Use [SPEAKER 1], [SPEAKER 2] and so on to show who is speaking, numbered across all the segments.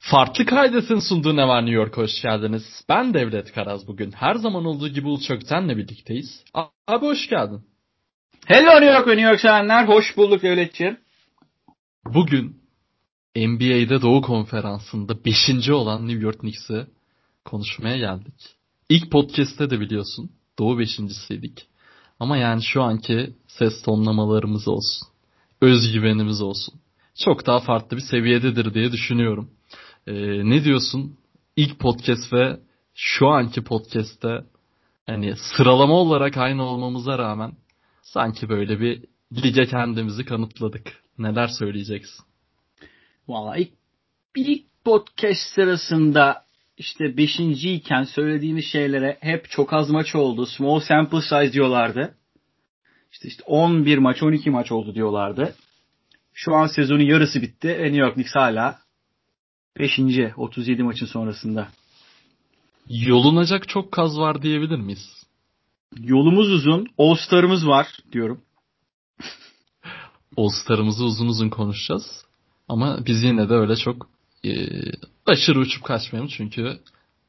[SPEAKER 1] Farklı Kaydet'in sunduğu Ne Var New York, hoş geldiniz. Ben Devlet Karaz bugün. Her zaman olduğu gibi Ulu Çökten'le birlikteyiz. Abi hoş geldin.
[SPEAKER 2] Hello New York ve New York sevenler. Hoş bulduk Devletciğim.
[SPEAKER 1] Bugün NBA'de Doğu Konferansı'nda 5. olan New York Knicks'i konuşmaya geldik. İlk podcast'te de biliyorsun Doğu 5.'siydik. Ama yani şu anki ses tonlamalarımız olsun, özgüvenimiz olsun, çok daha farklı bir seviyededir diye düşünüyorum. Ne diyorsun? İlk podcast ve şu anki podcast'te hani sıralama olarak aynı olmamıza rağmen sanki böyle bir lige kendimizi kanıtladık. Neler söyleyeceksin?
[SPEAKER 2] Valla ilk podcast sırasında işte 5. söylediğimiz şeylere hep çok az maç oldu. Small sample size diyorlardı. İşte 11 maç 12 maç oldu diyorlardı. Şu an sezonun yarısı bitti. New York Knicks hala 5. 37 maçın sonrasında.
[SPEAKER 1] Yolunacak çok kaz var diyebilir miyiz?
[SPEAKER 2] Yolumuz uzun. All-Star'ımız var diyorum.
[SPEAKER 1] All-Star'ımızı uzun uzun konuşacağız. Ama biz yine de öyle çok aşırı uçup kaçmayalım. Çünkü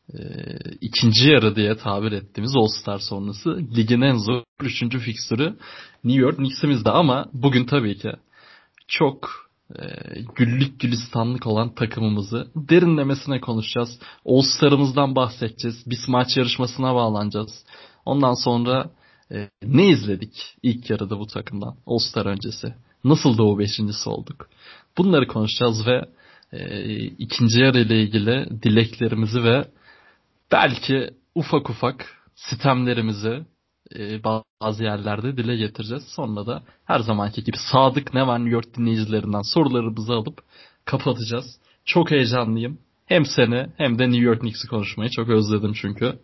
[SPEAKER 1] ikinci yarı diye tabir ettiğimiz All-Star sonrası ligin en zor 3. fikstürü New York Knicks'imizde. Ama bugün tabii ki çok güllük gülistanlık olan takımımızı derinlemesine konuşacağız. All-Star'ımızdan bahsedeceğiz. Biz maç yarışmasına bağlanacağız. Ondan sonra ne izledik ilk yarıda bu takımdan All-Star öncesi? Nasıl Doğu 5.'si olduk? Bunları konuşacağız ve ikinci yarı ile ilgili dileklerimizi ve belki ufak ufak sitemlerimizi bazı yerlerde dile getireceğiz. Sonra da her zamanki gibi sadık Ne Var New York dinleyicilerinden sorularımızı alıp kapatacağız. Çok heyecanlıyım. Hem seni hem de New York Knicks'i konuşmayı çok özledim çünkü.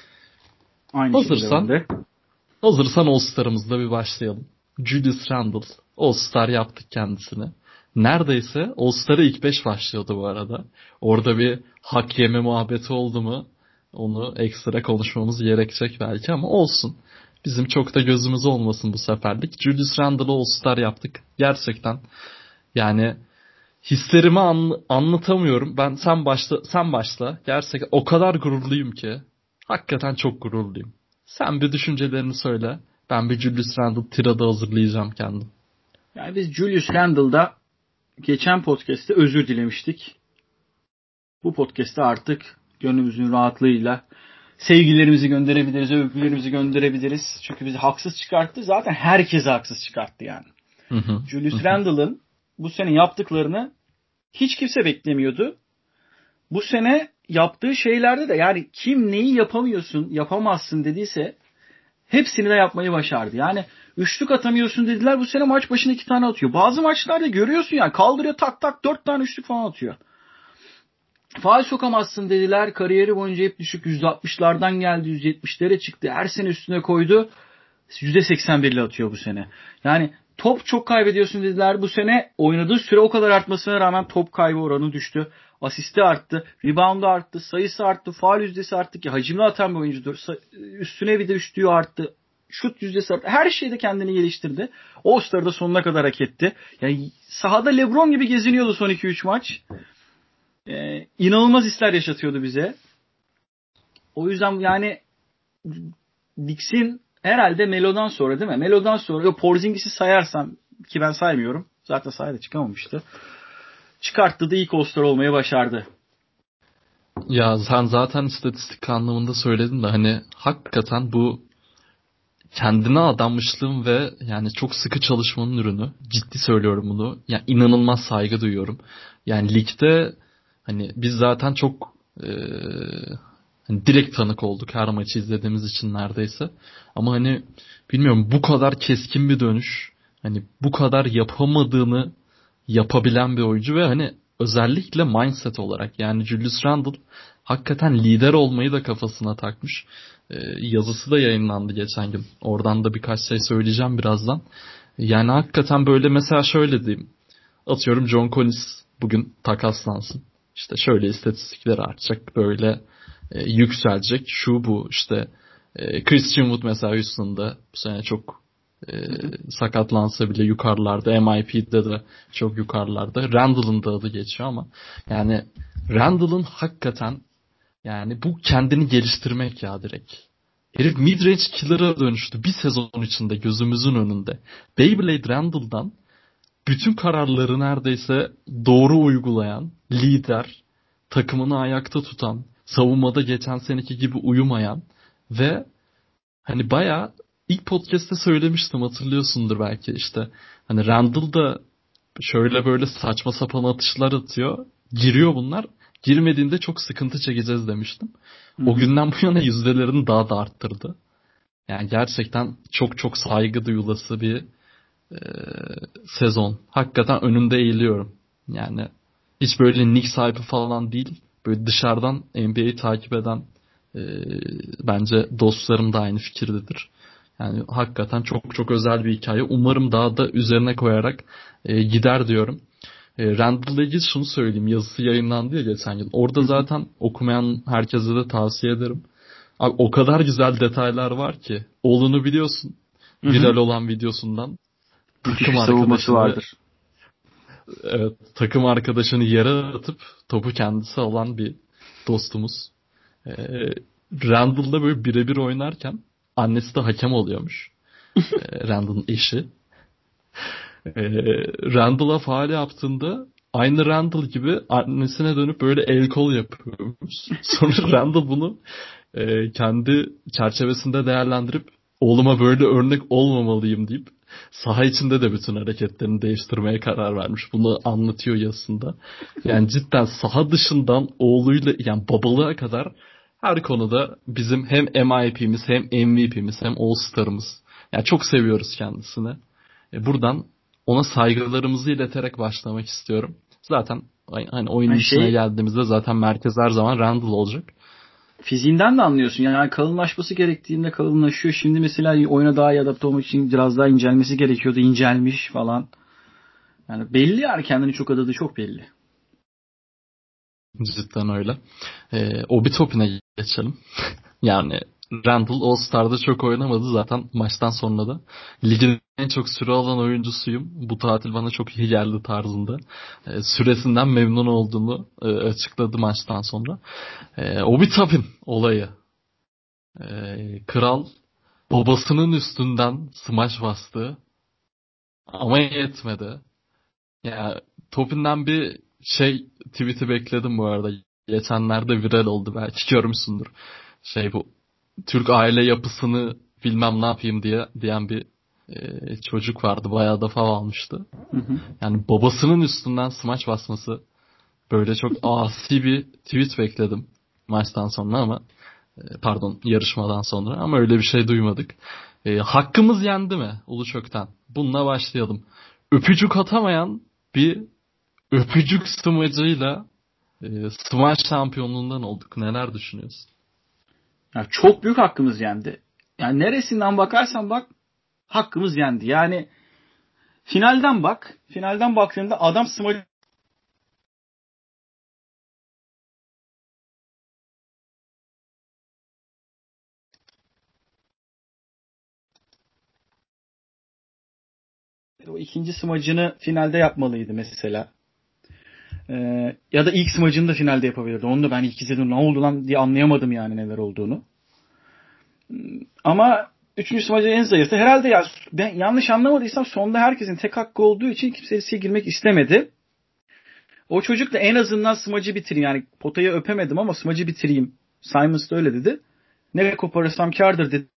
[SPEAKER 2] Aynı şekilde ben de.
[SPEAKER 1] Hazırsan All-Star'ımızla bir başlayalım. Julius Randle. All-Star yaptık kendisini. Neredeyse All-Star'a ilk 5 başlıyordu bu arada. Orada bir hak yeme muhabbeti oldu mu onu ekstra konuşmamız gerekecek belki ama olsun. Bizim çok da gözümüz olmasın bu seferlik. Julius Randle'ı All-Star yaptık. Gerçekten yani hislerimi anlatamıyorum. Sen başla. Gerçekten o kadar gururluyum ki. Hakikaten çok gururluyum. Sen bir düşüncelerini söyle. Ben bir Julius Randle tiradı hazırlayacağım kendim.
[SPEAKER 2] Yani biz Julius Randle'da geçen podcast'te özür dilemiştik. Bu podcast'te artık gönlümüzün rahatlığıyla sevgilerimizi gönderebiliriz, övgülerimizi gönderebiliriz. Çünkü bizi haksız çıkarttı. Zaten herkese haksız çıkarttı yani. Julius Randle'ın bu sene yaptıklarını hiç kimse beklemiyordu. Bu sene yaptığı şeylerde de yani kim neyi yapamıyorsun, yapamazsın dediyse hepsini de yapmayı başardı. Yani üçlük atamıyorsun dediler, bu sene maç başına 2 tane atıyor. Bazı maçlarda görüyorsun yani kaldırıyor tak tak 4 tane üçlük falan atıyor. Faal sokamazsın dediler. Kariyeri boyunca hep düşük %60'lardan geldi. %70'lere çıktı. Her sene üstüne koydu. %81'le atıyor bu sene. Yani top çok kaybediyorsun dediler. Bu sene oynadığı süre o kadar artmasına rağmen top kaybı oranı düştü. Asisti arttı. Reboundu arttı. Sayısı arttı. Faal yüzdesi arttı ki hacimli atan bir oyuncudur. Üstüne bir de üçlüğü arttı. Şut yüzdesi arttı. Her şeyde kendini geliştirdi. All-Star'ı da sonuna kadar hak etti. Yani sahada LeBron gibi geziniyordu son 2-3 maç. İnanılmaz hisler yaşatıyordu bize. O yüzden yani Knicks'in herhalde Melo'dan sonra değil mi? Melo'dan sonra Porzingis'i sayarsam ki ben saymıyorum. Zaten sahaya çıkamamıştı. Çıkarttı da ilk All-Star olmayı başardı.
[SPEAKER 1] Ya sen zaten istatistik anlamında söyledin de hani hakikaten bu kendine adanmışlığım ve yani çok sıkı çalışmanın ürünü. Ciddi söylüyorum bunu. Yani inanılmaz saygı duyuyorum. Yani ligde hani biz zaten çok hani direkt tanık olduk her maçı izlediğimiz için neredeyse. Ama hani bilmiyorum bu kadar keskin bir dönüş, hani bu kadar yapamadığını yapabilen bir oyuncu ve hani özellikle mindset olarak yani Julius Randle hakikaten lider olmayı da kafasına takmış. Yazısı da yayınlandı geçen gün. Oradan da birkaç şey söyleyeceğim birazdan. Yani hakikaten böyle mesela şöyle diyeyim. Atıyorum John Collins bugün takaslansın. İşte şöyle istatistikler artacak, böyle yükselecek. Şu bu işte Christian Wood mesela Houston'da bu sene çok sakatlansa bile yukarılarda. MIP'de de çok yukarılarda. Randall'ın da adı geçiyor ama yani Randall'ın hakikaten yani bu kendini geliştirmek ya direkt. Herif midrange killer'a dönüştü bir sezon içinde gözümüzün önünde. Beyblade Randall'dan bütün kararları neredeyse doğru uygulayan, lider, takımını ayakta tutan, savunmada geçen seneki gibi uyumayan ve hani bayağı ilk podcast'te söylemiştim hatırlıyorsundur belki işte. Hani Randall da şöyle böyle saçma sapan atışlar atıyor. Giriyor bunlar. Girmediğinde çok sıkıntı çekeceğiz demiştim. O günden bu yana yüzdelerini daha da arttırdı. Yani gerçekten çok çok saygı duyulası bir e, sezon. Hakikaten önünde eğiliyorum. Yani hiç böyle Knicks sahibi falan değil. Böyle dışarıdan NBA'yi takip eden e, bence dostlarım da aynı fikirdedir. Yani hakikaten çok çok özel bir hikaye. Umarım daha da üzerine koyarak gider diyorum. Randall'la ilgili şunu söyleyeyim. Yazısı yayınlandı ya geçen yıl. Orada zaten okumayan herkese de tavsiye ederim. Abi, o kadar güzel detaylar var ki. Oğlunu biliyorsun. Viral olan videosundan.
[SPEAKER 2] Müthiş
[SPEAKER 1] Takım
[SPEAKER 2] bir savunması
[SPEAKER 1] arkadaşını
[SPEAKER 2] vardır.
[SPEAKER 1] evet, takım arkadaşını yere atıp topu kendisi alan bir dostumuz. Ee, Randall'da böyle birebir oynarken annesi de hakem oluyormuş. Randall'ın eşi. Randall'a faul yaptığında aynı Randall gibi annesine dönüp böyle el kol yapıyormuş. Sonra Randall bunu kendi çerçevesinde değerlendirip oğluma böyle örnek olmamalıyım deyip saha içinde de bütün hareketlerini değiştirmeye karar vermiş. Bunu anlatıyor yazısında. Yani cidden saha dışından oğluyla yani babalığa kadar her konuda bizim hem MIP'miz hem MVP'miz hem All-Star'ımız. Yani çok seviyoruz kendisini. Buradan ona saygılarımızı ileterek başlamak istiyorum. Zaten hani oyunun
[SPEAKER 2] Yani
[SPEAKER 1] içine geldiğimizde zaten merkez her zaman Randall olacak.
[SPEAKER 2] Fiziğinden de anlıyorsun. Yani kalınlaşması gerektiğinde kalınlaşıyor. Şimdi mesela oyuna daha iyi adapte olmak için biraz daha incelmesi gerekiyordu. İncelmiş falan. Yani belli yani kendini çok adadığı çok belli.
[SPEAKER 1] Cidden öyle. Obi Toppin'e geçelim. Yani Randall All-Star'da çok oynamadı zaten maçtan sonra da. Ligin en çok süre alan oyuncusuyum. Bu tatil bana çok iyi geldi tarzında. Süresinden memnun olduğunu açıkladı maçtan sonra. Obi Toppin olayı. Kral babasının üstünden smaç bastı. Ama yetmedi. Ya Toppin'den bir tweet'i bekledim bu arada. Geçenlerde viral oldu belki görmüşsündür. Bu Türk aile yapısını bilmem ne yapayım diyen bir çocuk vardı. Bayağı da fav almıştı.
[SPEAKER 2] Hı hı.
[SPEAKER 1] Yani babasının üstünden smaç basması böyle çok asi bir tweet bekledim maçtan sonra ama pardon yarışmadan sonra ama öyle bir şey duymadık. Hakkımız yendi mi Ulu Çök'ten? Bununla başlayalım. Öpücük atamayan bir öpücük smacıyla smaç şampiyonluğundan olduk. Neler düşünüyorsun?
[SPEAKER 2] Yani çok büyük hakkımız yendi. Yani neresinden bakarsan bak hakkımız yendi. Yani finalden bak. Finalden baktığında adam smacı o ikinci smacını finalde yapmalıydı mesela. Ya da ilk smacını da finalde yapabilirdi. Onu da ben ilk izledim ne oldu lan diye anlayamadım yani neler olduğunu. Ama üçüncü smacı en zayıftı. Herhalde ya ben yanlış anlamadıysam sonunda herkesin tek hakkı olduğu için kimse riske girmek istemedi. O çocuk da en azından smacı bitireyim. Yani potayı öpemedim ama smacı bitireyim. Simons da öyle dedi. Ne koparırsam kârdır dedi.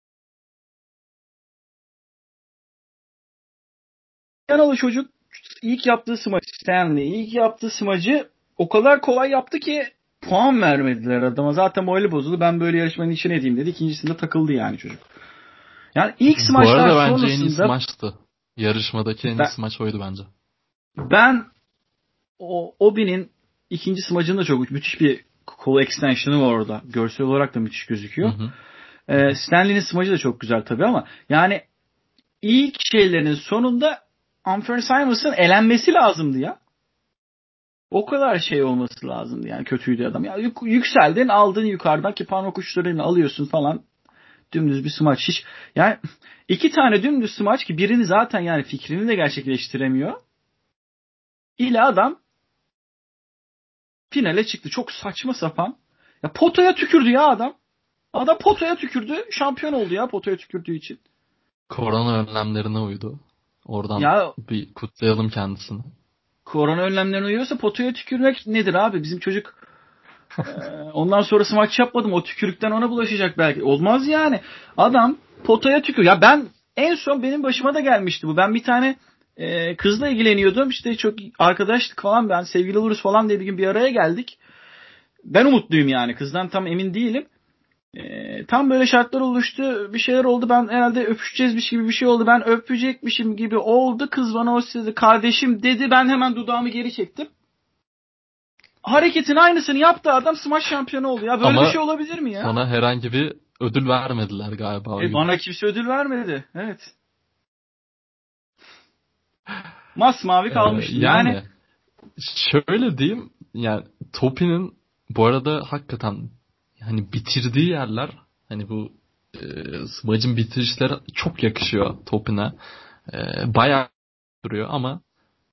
[SPEAKER 2] Yani o çocuk ilk yaptığı smacı Stanley ilk yaptığı smacı o kadar kolay yaptı ki puan vermediler adama. Zaten morali bozuldu. Ben böyle yarışmanın içine edeyim dedi. İkincisinde takıldı yani çocuk. Yani ilk
[SPEAKER 1] Bu
[SPEAKER 2] smaçlar
[SPEAKER 1] arada bence en iyi
[SPEAKER 2] sonrasında
[SPEAKER 1] smaçtı. Yarışmadaki en iyi
[SPEAKER 2] ben,
[SPEAKER 1] smaç oydu bence.
[SPEAKER 2] ben o Obi'nin ikinci smacının da çok müthiş bir kol extension'ı var orada. Görsel olarak da müthiş
[SPEAKER 1] Hı
[SPEAKER 2] gözüküyor.
[SPEAKER 1] hı.
[SPEAKER 2] Stanley'nin smacı da çok güzel tabii ama yani ilk şeylerin sonunda Anthony Simons'ın elenmesi lazımdı ya. O kadar şey olması lazımdı yani kötüydü adam. Ya yükseldin aldın yukarıdan ki parmak uçlarını alıyorsun falan. Dümdüz bir smaç. Hiç, yani iki tane dümdüz smaç ki birini zaten yani fikrini de gerçekleştiremiyor. İle adam finale çıktı. Çok saçma sapan. Ya potaya tükürdü ya adam. Adam potaya tükürdü. Şampiyon oldu ya potaya tükürdüğü için.
[SPEAKER 1] Korona önlemlerine uydu. Oradan
[SPEAKER 2] Ya
[SPEAKER 1] bir kutlayalım kendisini.
[SPEAKER 2] korona önlemlerine uyuyorsa potaya tükürmek nedir abi? Bizim çocuk ondan sonrası maç yapmadım. O tükürükten ona bulaşacak belki. Olmaz yani. Adam potaya tükür. Ya ben en son benim başıma da gelmişti bu. Ben bir tane kızla ilgileniyordum. İşte çok arkadaşlık falan, ben sevgili oluruz falan diye bir gün bir araya geldik. Ben umutluyum yani. Kızdan tam emin değilim. Tam böyle şartlar oluştu. Bir şeyler oldu. Ben herhalde öpüşeceğizmiş gibi bir şey oldu. Ben öpecekmişim gibi oldu. Kız bana o sırada kardeşim dedi. Ben hemen dudağımı geri çektim. Hareketin aynısını yaptı adam, smash şampiyonu oldu. Ya böyle bir
[SPEAKER 1] Ama
[SPEAKER 2] şey olabilir mi ya?
[SPEAKER 1] sana herhangi bir ödül vermediler galiba o gün.
[SPEAKER 2] Bana kimse ödül vermedi. Evet. Masmavi kalmıştım. Yani
[SPEAKER 1] Yani şöyle diyeyim, yani Topi'nin bu arada hakikaten hani bitirdiği yerler, hani bu smacın bitirişleri çok yakışıyor Topi'ne. Bayağı duruyor ama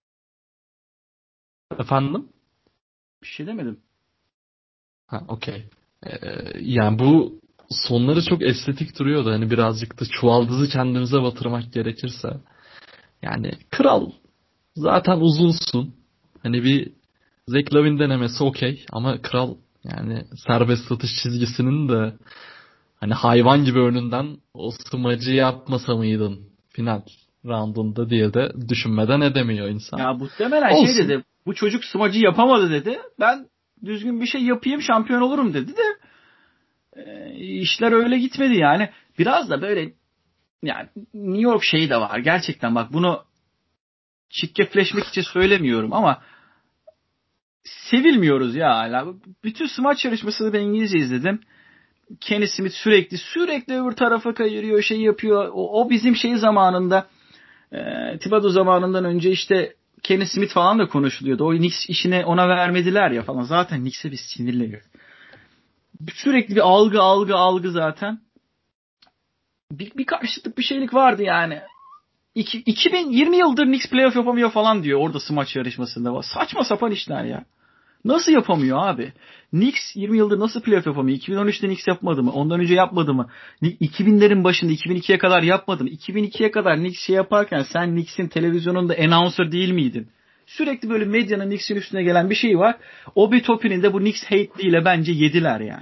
[SPEAKER 1] efendim,
[SPEAKER 2] bir şey demedim.
[SPEAKER 1] ha okey. Yani bu sonları çok estetik duruyordu. Hani birazcık da çuvaldızı kendimize batırmak gerekirse. Yani kral zaten uzunsun. Hani bir Zach Lavin denemesi okey ama kral, yani serbest atış çizgisinin de hani hayvan gibi önünden o smacı yapmasa mıydın final roundunda diye de düşünmeden edemiyor insan.
[SPEAKER 2] Ya muhtemelen şey
[SPEAKER 1] Olsun.
[SPEAKER 2] dedi. Bu çocuk smacı yapamadı dedi. Ben düzgün bir şey yapayım şampiyon olurum dedi de işler öyle gitmedi yani. Biraz da böyle, yani New York şeyi de var. Gerçekten bak, bunu çirkefleşmek için söylemiyorum ama sevilmiyoruz ya hala. Bütün smaç yarışmasını ben İngilizce izledim. Kenny Smith sürekli öbür tarafa kayırıyor, şey yapıyor. O bizim şey zamanında, Thibodeau zamanından önce işte Kenny Smith falan da konuşuluyordu. O Knicks işine ona vermediler ya falan. Zaten Knicks'e biz sinirleniyoruz. Sürekli bir algı zaten. Bir karşıtlık, bir şeylik vardı yani. 2020 yıldır Knicks playoff yapamıyor falan diyor orada smaç yarışmasında. Saçma sapan işler ya. Nasıl yapamıyor abi? Knicks 20 yıldır nasıl playoff yapamıyor? 2013'te Knicks yapmadı mı? Ondan önce yapmadı mı? 2000'lerin başında 2002'ye kadar yapmadı mı? 2002'ye kadar Knicks şey yaparken sen Knicks'in televizyonunda announcer değil miydin? Sürekli böyle medyanın Knicks'in üstüne gelen bir şey var. Obi Toppin'in de bu Knicks hate ile bence yediler yani.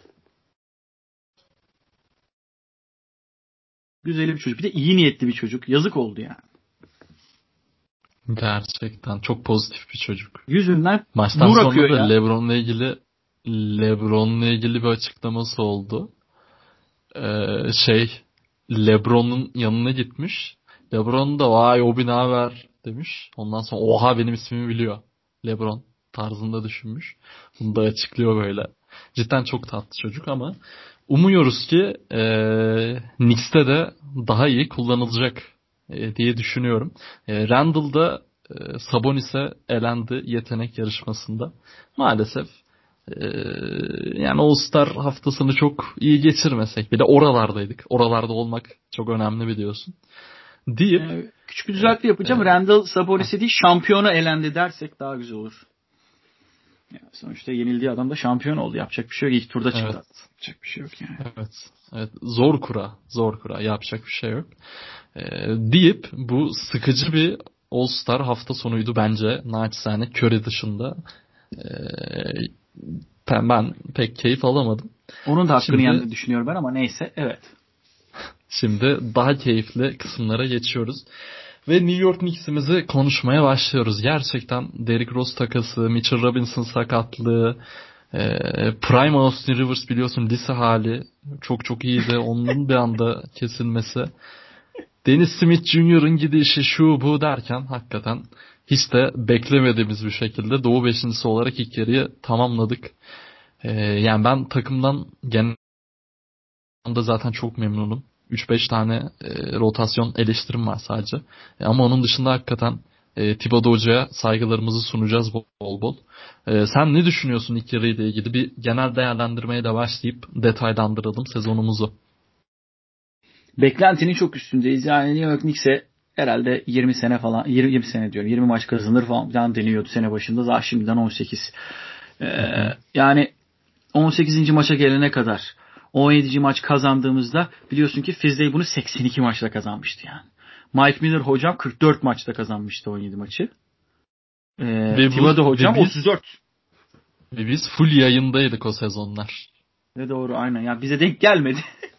[SPEAKER 2] Güzel bir çocuk. Bir de iyi niyetli bir çocuk. Yazık oldu yani.
[SPEAKER 1] Gerçekten çok pozitif bir çocuk.
[SPEAKER 2] Yüzünden
[SPEAKER 1] Maçtan
[SPEAKER 2] nur akıyor
[SPEAKER 1] sonra da
[SPEAKER 2] ya.
[SPEAKER 1] LeBron'la ilgili bir açıklaması oldu. Şey, LeBron'un yanına gitmiş. LeBron da vay Obi ne haber demiş. Ondan sonra oha benim ismimi biliyor LeBron tarzında düşünmüş. Bunu da açıklıyor böyle. Cidden çok tatlı çocuk ama umuyoruz ki Knicks'te de daha iyi kullanılacak diye düşünüyorum. Randall da Sabonis'e elendi yetenek yarışmasında. Maalesef yani All-Star haftasını çok iyi geçirmesek bile oralardaydık. Oralarda olmak çok önemli biliyorsun. Deyip
[SPEAKER 2] Küçük bir düzeltme yapacağım. Randall Sabonis'e değil şampiyona elendi dersek daha güzel olur. Ya sonuçta yenildiği adam da şampiyon oldu. Yapacak bir şey yok. İlk turda çıktı.
[SPEAKER 1] evet,
[SPEAKER 2] Yapacak bir şey yok yani.
[SPEAKER 1] evet, evet, zor kura yapacak bir şey yok. Deyip bu sıkıcı bir All-Star hafta sonuydu bence naçizane Curry dışında. Ben pek keyif alamadım.
[SPEAKER 2] Onun da hakkını
[SPEAKER 1] Şimdi
[SPEAKER 2] yendiğini düşünüyorum ben ama neyse. Evet.
[SPEAKER 1] Şimdi daha keyifli kısımlara geçiyoruz. Ve New York Knicks'imizi konuşmaya başlıyoruz. Gerçekten Derrick Rose takası, Mitchell Robinson sakatlığı, Prime Austin Rivers biliyorsun lise hali çok çok iyiydi. Onun bir anda kesilmesi. Dennis Smith Jr.'ın gidişi şu bu derken hakikaten hiç de beklemediğimiz bir şekilde Doğu beşincisi olarak ilk yarıyı tamamladık. Yani ben takımdan genel anda zaten çok memnunum. 3-5 tane rotasyon eleştirim var sadece. Ama onun dışında hakikaten Thibodeau Hoca'ya saygılarımızı sunacağız bol bol. Sen ne düşünüyorsun ilk yarı ile ilgili? Bir genel değerlendirmeye de başlayıp detaylandıralım sezonumuzu.
[SPEAKER 2] Beklentinin çok üstündeyiz. Yani New York Knicks'e herhalde 20 sene falan, 20 sene diyorum, 20 maç kazanır falan deniyordu sene başında. Daha şimdiden 18. Yani 18. maça gelene kadar 17. maç kazandığımızda biliyorsun ki Fizdale bunu 82 maçta kazanmıştı yani. Mike Miller hocam 44 maçta kazanmıştı 17 maçı. Thibodeau hocam 34.
[SPEAKER 1] Ve biz full yayındaydık o sezonlar.
[SPEAKER 2] Ne doğru, aynen. Yani bize denk gelmedi.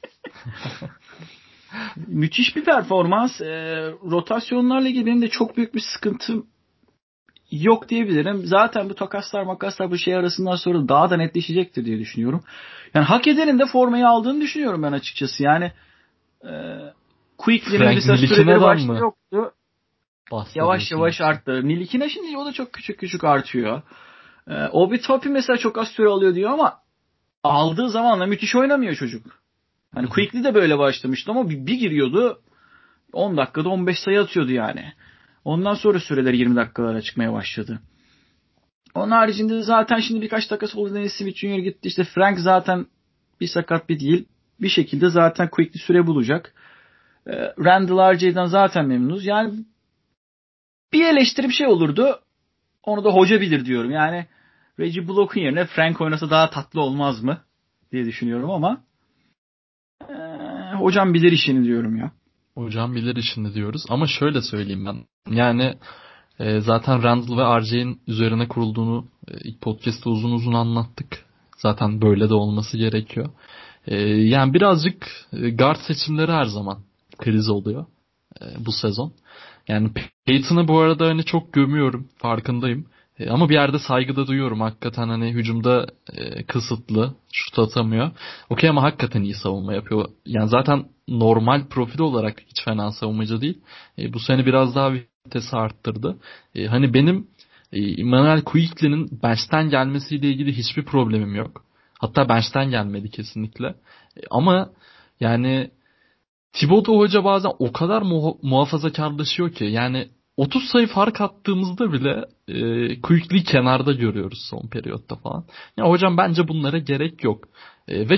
[SPEAKER 2] Müthiş bir performans. Rotasyonlarla ilgili benim de çok büyük bir sıkıntım yok diyebilirim. Zaten bu makaslar bu şey arasından sonra daha da netleşecektir diye düşünüyorum. Yani hak edenin de formayı aldığını düşünüyorum ben açıkçası. Yani Quickly'nin mesela süreleri başta yoktu. Yavaş yavaş arttı. Nilikina şimdi o da çok küçük artıyor. Obi Toppin mesela çok az süre alıyor diyor ama aldığı zamanla müthiş oynamıyor çocuk. Hani Quickly de böyle başlamıştı ama bir giriyordu 10 dakikada 15 sayı atıyordu yani. Ondan sonra süreler 20 dakikalara çıkmaya başladı. Onun haricinde zaten şimdi birkaç dakika sonra Dennis Smith Jr. gitti. İşte Frank zaten bir sakat bir değil. Bir şekilde zaten Quickly süre bulacak. Randall RJ'den zaten memnunuz. Yani bir eleştiri bir şey olurdu. Onu da hoca bilir diyorum. Yani Reggie Block'un yerine Frank oynasa daha tatlı olmaz mı diye düşünüyorum ama hocam bilir işini diyorum ya.
[SPEAKER 1] Hocam bilir işini diyoruz ama şöyle söyleyeyim ben. Yani zaten Randall ve RJ'in üzerine kurulduğunu ilk podcast'ta uzun uzun anlattık. Zaten böyle de olması gerekiyor. Yani birazcık guard seçimleri her zaman kriz oluyor bu sezon. Yani Peyton'ı bu arada hani çok gömüyorum, farkındayım. Ama bir yerde saygı da duyuyorum. Hakikaten hani hücumda kısıtlı, şut atamıyor. Okey ama hakikaten iyi savunma yapıyor. Yani zaten normal profil olarak hiç fena savunmacı değil. Bu sene biraz daha vitesi arttırdı. Hani benim Immanuel Quickley'nin bench'ten gelmesiyle ilgili hiçbir problemim yok. Hatta bench'ten gelmedi kesinlikle. Ama yani Thibodeau Hoca bazen o kadar muhafazakarlaşıyor ki yani 30 sayı fark attığımızda bile Quickly kenarda görüyoruz son periyotta falan. Ya hocam bence bunlara gerek yok. Ve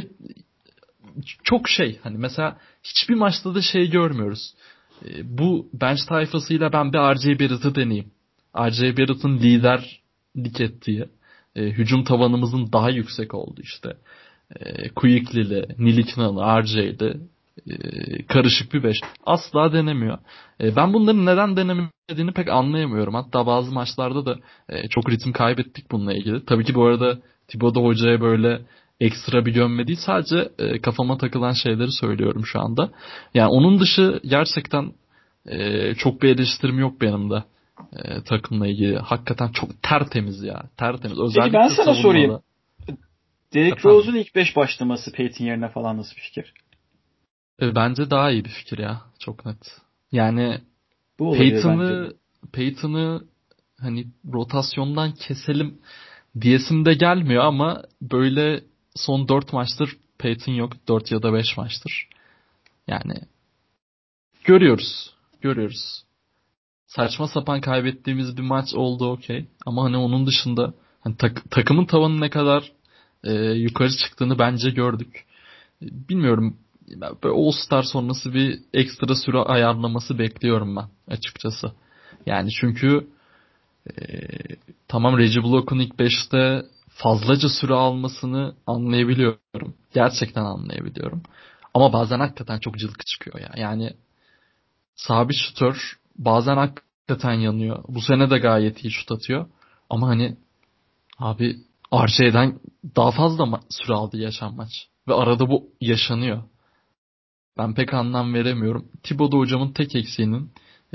[SPEAKER 1] çok hani mesela hiçbir maçta da şey görmüyoruz. Bu bench tayfasıyla ben bir R.J. Barrett'ı deneyeyim. R.J. Barrett'ın liderlik ettiği, hücum tavanımızın daha yüksek olduğu işte. Quickly'li, Niliknalı, RJ'li karışık bir beş. Asla denemiyor. Ben bunların neden denemediğini pek anlayamıyorum. Hatta bazı maçlarda da çok ritim kaybettik bununla ilgili. Tabii ki bu arada Thibodeau Hoca'ya böyle ekstra bir gömme değil. Sadece kafama takılan şeyleri söylüyorum şu anda. Yani onun dışı gerçekten çok bir eleştirim yok benim de takımla ilgili. Hakikaten çok tertemiz ya. Tertemiz.
[SPEAKER 2] Peki
[SPEAKER 1] Özellikle
[SPEAKER 2] ben sana sorayım.
[SPEAKER 1] savunmada.
[SPEAKER 2] Derrick Rose'un ilk 5 başlaması Peyton yerine falan nasıl bir fikir?
[SPEAKER 1] Bence daha iyi bir fikir ya. Çok net. Yani
[SPEAKER 2] Bu olabilir bence de.
[SPEAKER 1] Peyton'ı hani rotasyondan keselim diyesim de gelmiyor ama böyle son 4 maçtır Peyton yok. 4 ya da 5 maçtır. Yani görüyoruz. Görüyoruz. Saçma sapan kaybettiğimiz bir maç oldu okey. Ama hani onun dışında hani takımın tavanı ne kadar yukarı çıktığını bence gördük. Bilmiyorum. Böyle All Star sonrası bir ekstra süre ayarlaması bekliyorum ben açıkçası. Yani çünkü e, tamam Reggie Block'un ilk 5'te fazlaca süre almasını anlayabiliyorum. Gerçekten anlayabiliyorum. Ama bazen hakikaten çok cılkı çıkıyor ya. Yani sabit şutör bazen hakikaten yanıyor. Bu sene de gayet iyi şut atıyor. Ama hani abi RJ'den daha fazla süre aldı geçen maç. Ve arada bu yaşanıyor. Ben pek anlam veremiyorum. Thibodeau hocamın tek eksiğinin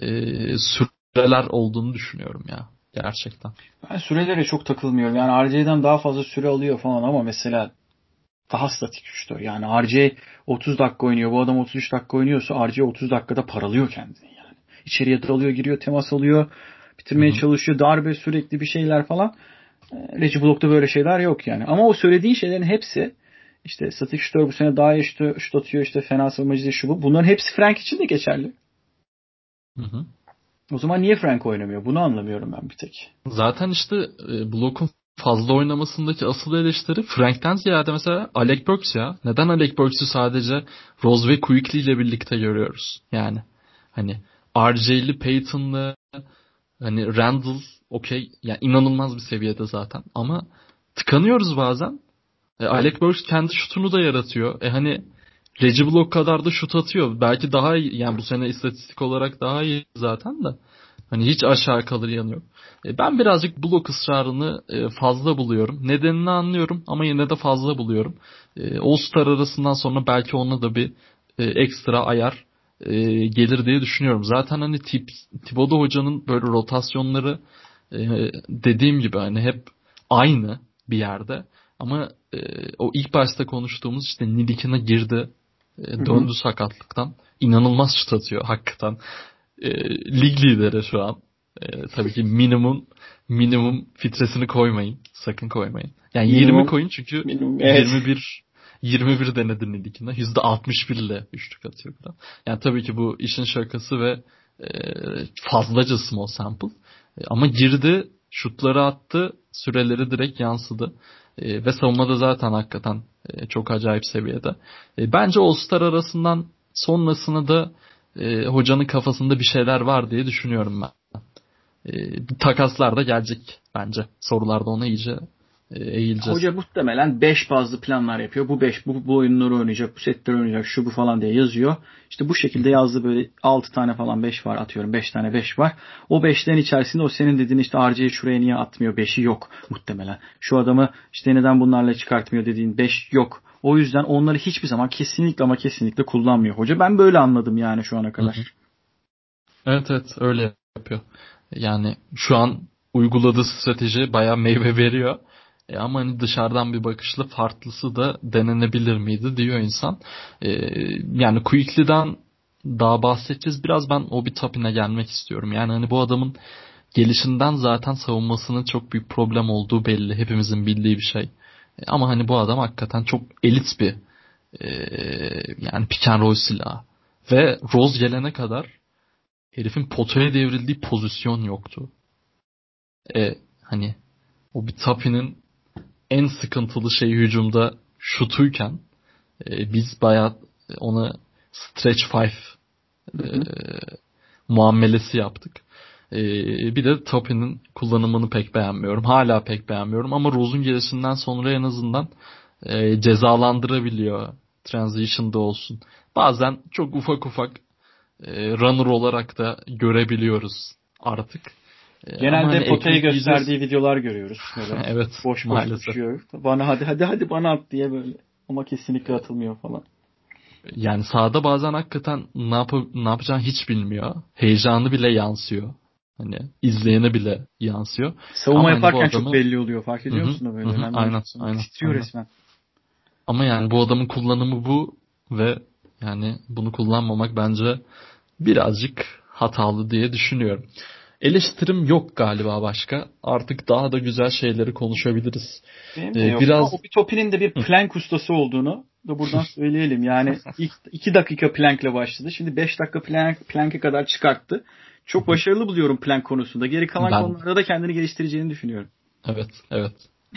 [SPEAKER 1] süreler olduğunu düşünüyorum ya. Gerçekten.
[SPEAKER 2] Ben sürelere çok takılmıyorum. Yani RJ'den daha fazla süre alıyor falan ama mesela daha statik şutör. Yani RJ 30 dakika oynuyor. Bu adam 33 dakika oynuyorsa RJ 30 dakikada paralıyor kendini yani. İçeriye dalıyor, giriyor, temas alıyor,
[SPEAKER 1] Hı
[SPEAKER 2] bitirmeye
[SPEAKER 1] hı.
[SPEAKER 2] çalışıyor, darbe sürekli bir şeyler falan. Reggie Block'ta böyle şeyler yok yani. Ama o söylediğin şeylerin hepsi işte statik şutör bu sene daha iyi şut atıyor, işte fena savunmacı değil şu bu. Bunların hepsi Frank için de geçerli.
[SPEAKER 1] Hı hı.
[SPEAKER 2] O zaman niye Frank oynamıyor? Bunu anlamıyorum ben bir tek.
[SPEAKER 1] Zaten işte Block'un fazla oynamasındaki asıl eleştiri Frank'ten ziyade mesela Alec Burks ya. Neden Alec Burks'ü sadece Rose ve Quickly ile birlikte görüyoruz? Yani hani RJ'li, Peyton'lı, hani Randall okey yani inanılmaz bir seviyede zaten ama tıkanıyoruz bazen. Alec Burks kendi şutunu da yaratıyor. Hani Reggie Block kadar da şut atıyor. Belki daha iyi, yani bu sene istatistik olarak daha iyi zaten de. Hani hiç aşağı kalır yanı yok. Ben birazcık Block ısrarını fazla buluyorum. Nedenini anlıyorum ama yine de fazla buluyorum. All-Star arasından sonra belki ona da bir ekstra ayar gelir diye düşünüyorum. Zaten hani Thibodeau hocanın böyle rotasyonları dediğim gibi hani hep aynı bir yerde. Ama o ilk başta konuştuğumuz işte Nilikin'e girdi.
[SPEAKER 2] Hı hı.
[SPEAKER 1] Döndü sakatlıktan. İnanılmaz şut atıyor hakikaten. Lig lideri şu an. Tabii ki minimum filtresini koymayın. Sakın koymayın. Yani 20
[SPEAKER 2] Minimum,
[SPEAKER 1] koyun çünkü
[SPEAKER 2] evet.
[SPEAKER 1] 21 denedi Nilikin'e. %61 ile üçlük atıyor. Yani tabii ki bu işin şakası ve e, fazlaca small sample. Ama girdi, şutları attı, süreleri direkt yansıdı. Ve savunmada zaten hakikaten çok acayip seviyede. Bence All-Star arasından sonrasını da hocanın kafasında bir şeyler var diye düşünüyorum ben. Takaslar da gelecek bence. Sorularda ona iyice eğileceğiz.
[SPEAKER 2] Hoca muhtemelen 5 bazlı planlar yapıyor. Bu 5 bu oyunları oynayacak, bu setleri oynayacak, şu bu falan diye yazıyor. İşte bu şekilde yazdı, böyle 6 tane falan 5 var, atıyorum 5 tane 5 var. O 5'lerin içerisinde o senin dediğin işte RC'yi şuraya niye atmıyor 5'i yok muhtemelen. Şu adamı işte neden bunlarla çıkartmıyor dediğin 5 yok. O yüzden onları hiçbir zaman kesinlikle ama kesinlikle kullanmıyor hoca. Ben böyle anladım yani şu ana
[SPEAKER 1] Hı hı.
[SPEAKER 2] kadar.
[SPEAKER 1] Evet, evet, öyle yapıyor. Yani şu an uyguladığı strateji bayağı meyve veriyor. Ama hani dışarıdan bir bakışla farklısı da denenebilir miydi diyor insan. E, Yani Quickly'den daha bahsedeceğiz. Biraz ben Obi Toppin'e gelmek istiyorum. Yani hani bu adamın gelişinden zaten savunmasının çok büyük problem olduğu belli. Hepimizin bildiği bir şey. Ama hani bu adam hakikaten çok elit bir e, yani pick and roll silahı. Ve Rose gelene kadar herifin potaya devrildiği pozisyon yoktu. Hani o bir Tapi'nin en sıkıntılı şeyi hücumda şutuyken biz bayağı ona stretch five
[SPEAKER 2] Hı
[SPEAKER 1] e,
[SPEAKER 2] hı.
[SPEAKER 1] muamelesi yaptık. Bir de Tapi'nin kullanımını pek beğenmiyorum. Hala pek beğenmiyorum ama Rose'un gelişinden sonra en azından cezalandırabiliyor. Transition'da olsun. Bazen çok ufak ufak runner olarak da görebiliyoruz artık. Ama
[SPEAKER 2] Genelde
[SPEAKER 1] hani
[SPEAKER 2] potayı
[SPEAKER 1] ekleyeceğiz.
[SPEAKER 2] gösterdiği videolar görüyoruz böyle.
[SPEAKER 1] Evet,
[SPEAKER 2] Boş boş
[SPEAKER 1] maalesef.
[SPEAKER 2] koşuyor. Bana hadi hadi hadi bana at diye böyle. Ama kesinlikle atılmıyor falan.
[SPEAKER 1] Yani sahada bazen hakikaten ne yapacağını hiç bilmiyor. Heyecanı bile yansıyor. Hani izleyene bile yansıyor.
[SPEAKER 2] Savunma
[SPEAKER 1] Ama hani bu
[SPEAKER 2] yaparken çok
[SPEAKER 1] adamı
[SPEAKER 2] belli oluyor. Fark
[SPEAKER 1] hı
[SPEAKER 2] ediyor
[SPEAKER 1] hı,
[SPEAKER 2] musun o
[SPEAKER 1] hı
[SPEAKER 2] böyle?
[SPEAKER 1] hı,
[SPEAKER 2] Ben böyle
[SPEAKER 1] aynen, aynen,
[SPEAKER 2] titriyor
[SPEAKER 1] aynen.
[SPEAKER 2] resmen.
[SPEAKER 1] Ama yani bu adamın kullanımı bu ve yani bunu kullanmamak bence birazcık hatalı diye düşünüyorum. Eleştirim yok galiba başka. Artık daha da güzel şeyleri konuşabiliriz.
[SPEAKER 2] Benim de yok.
[SPEAKER 1] Biraz
[SPEAKER 2] Ama Obi Toppin'in de bir
[SPEAKER 1] hı,
[SPEAKER 2] plank ustası olduğunu da buradan söyleyelim. Yani ilk 2 dakika plankle başladı. Şimdi 5 dakika plank'e kadar çıkarttı. Çok başarılı buluyorum plank konusunda. Geri kalan
[SPEAKER 1] ben
[SPEAKER 2] konularda da kendini geliştireceğini düşünüyorum.
[SPEAKER 1] evet, evet.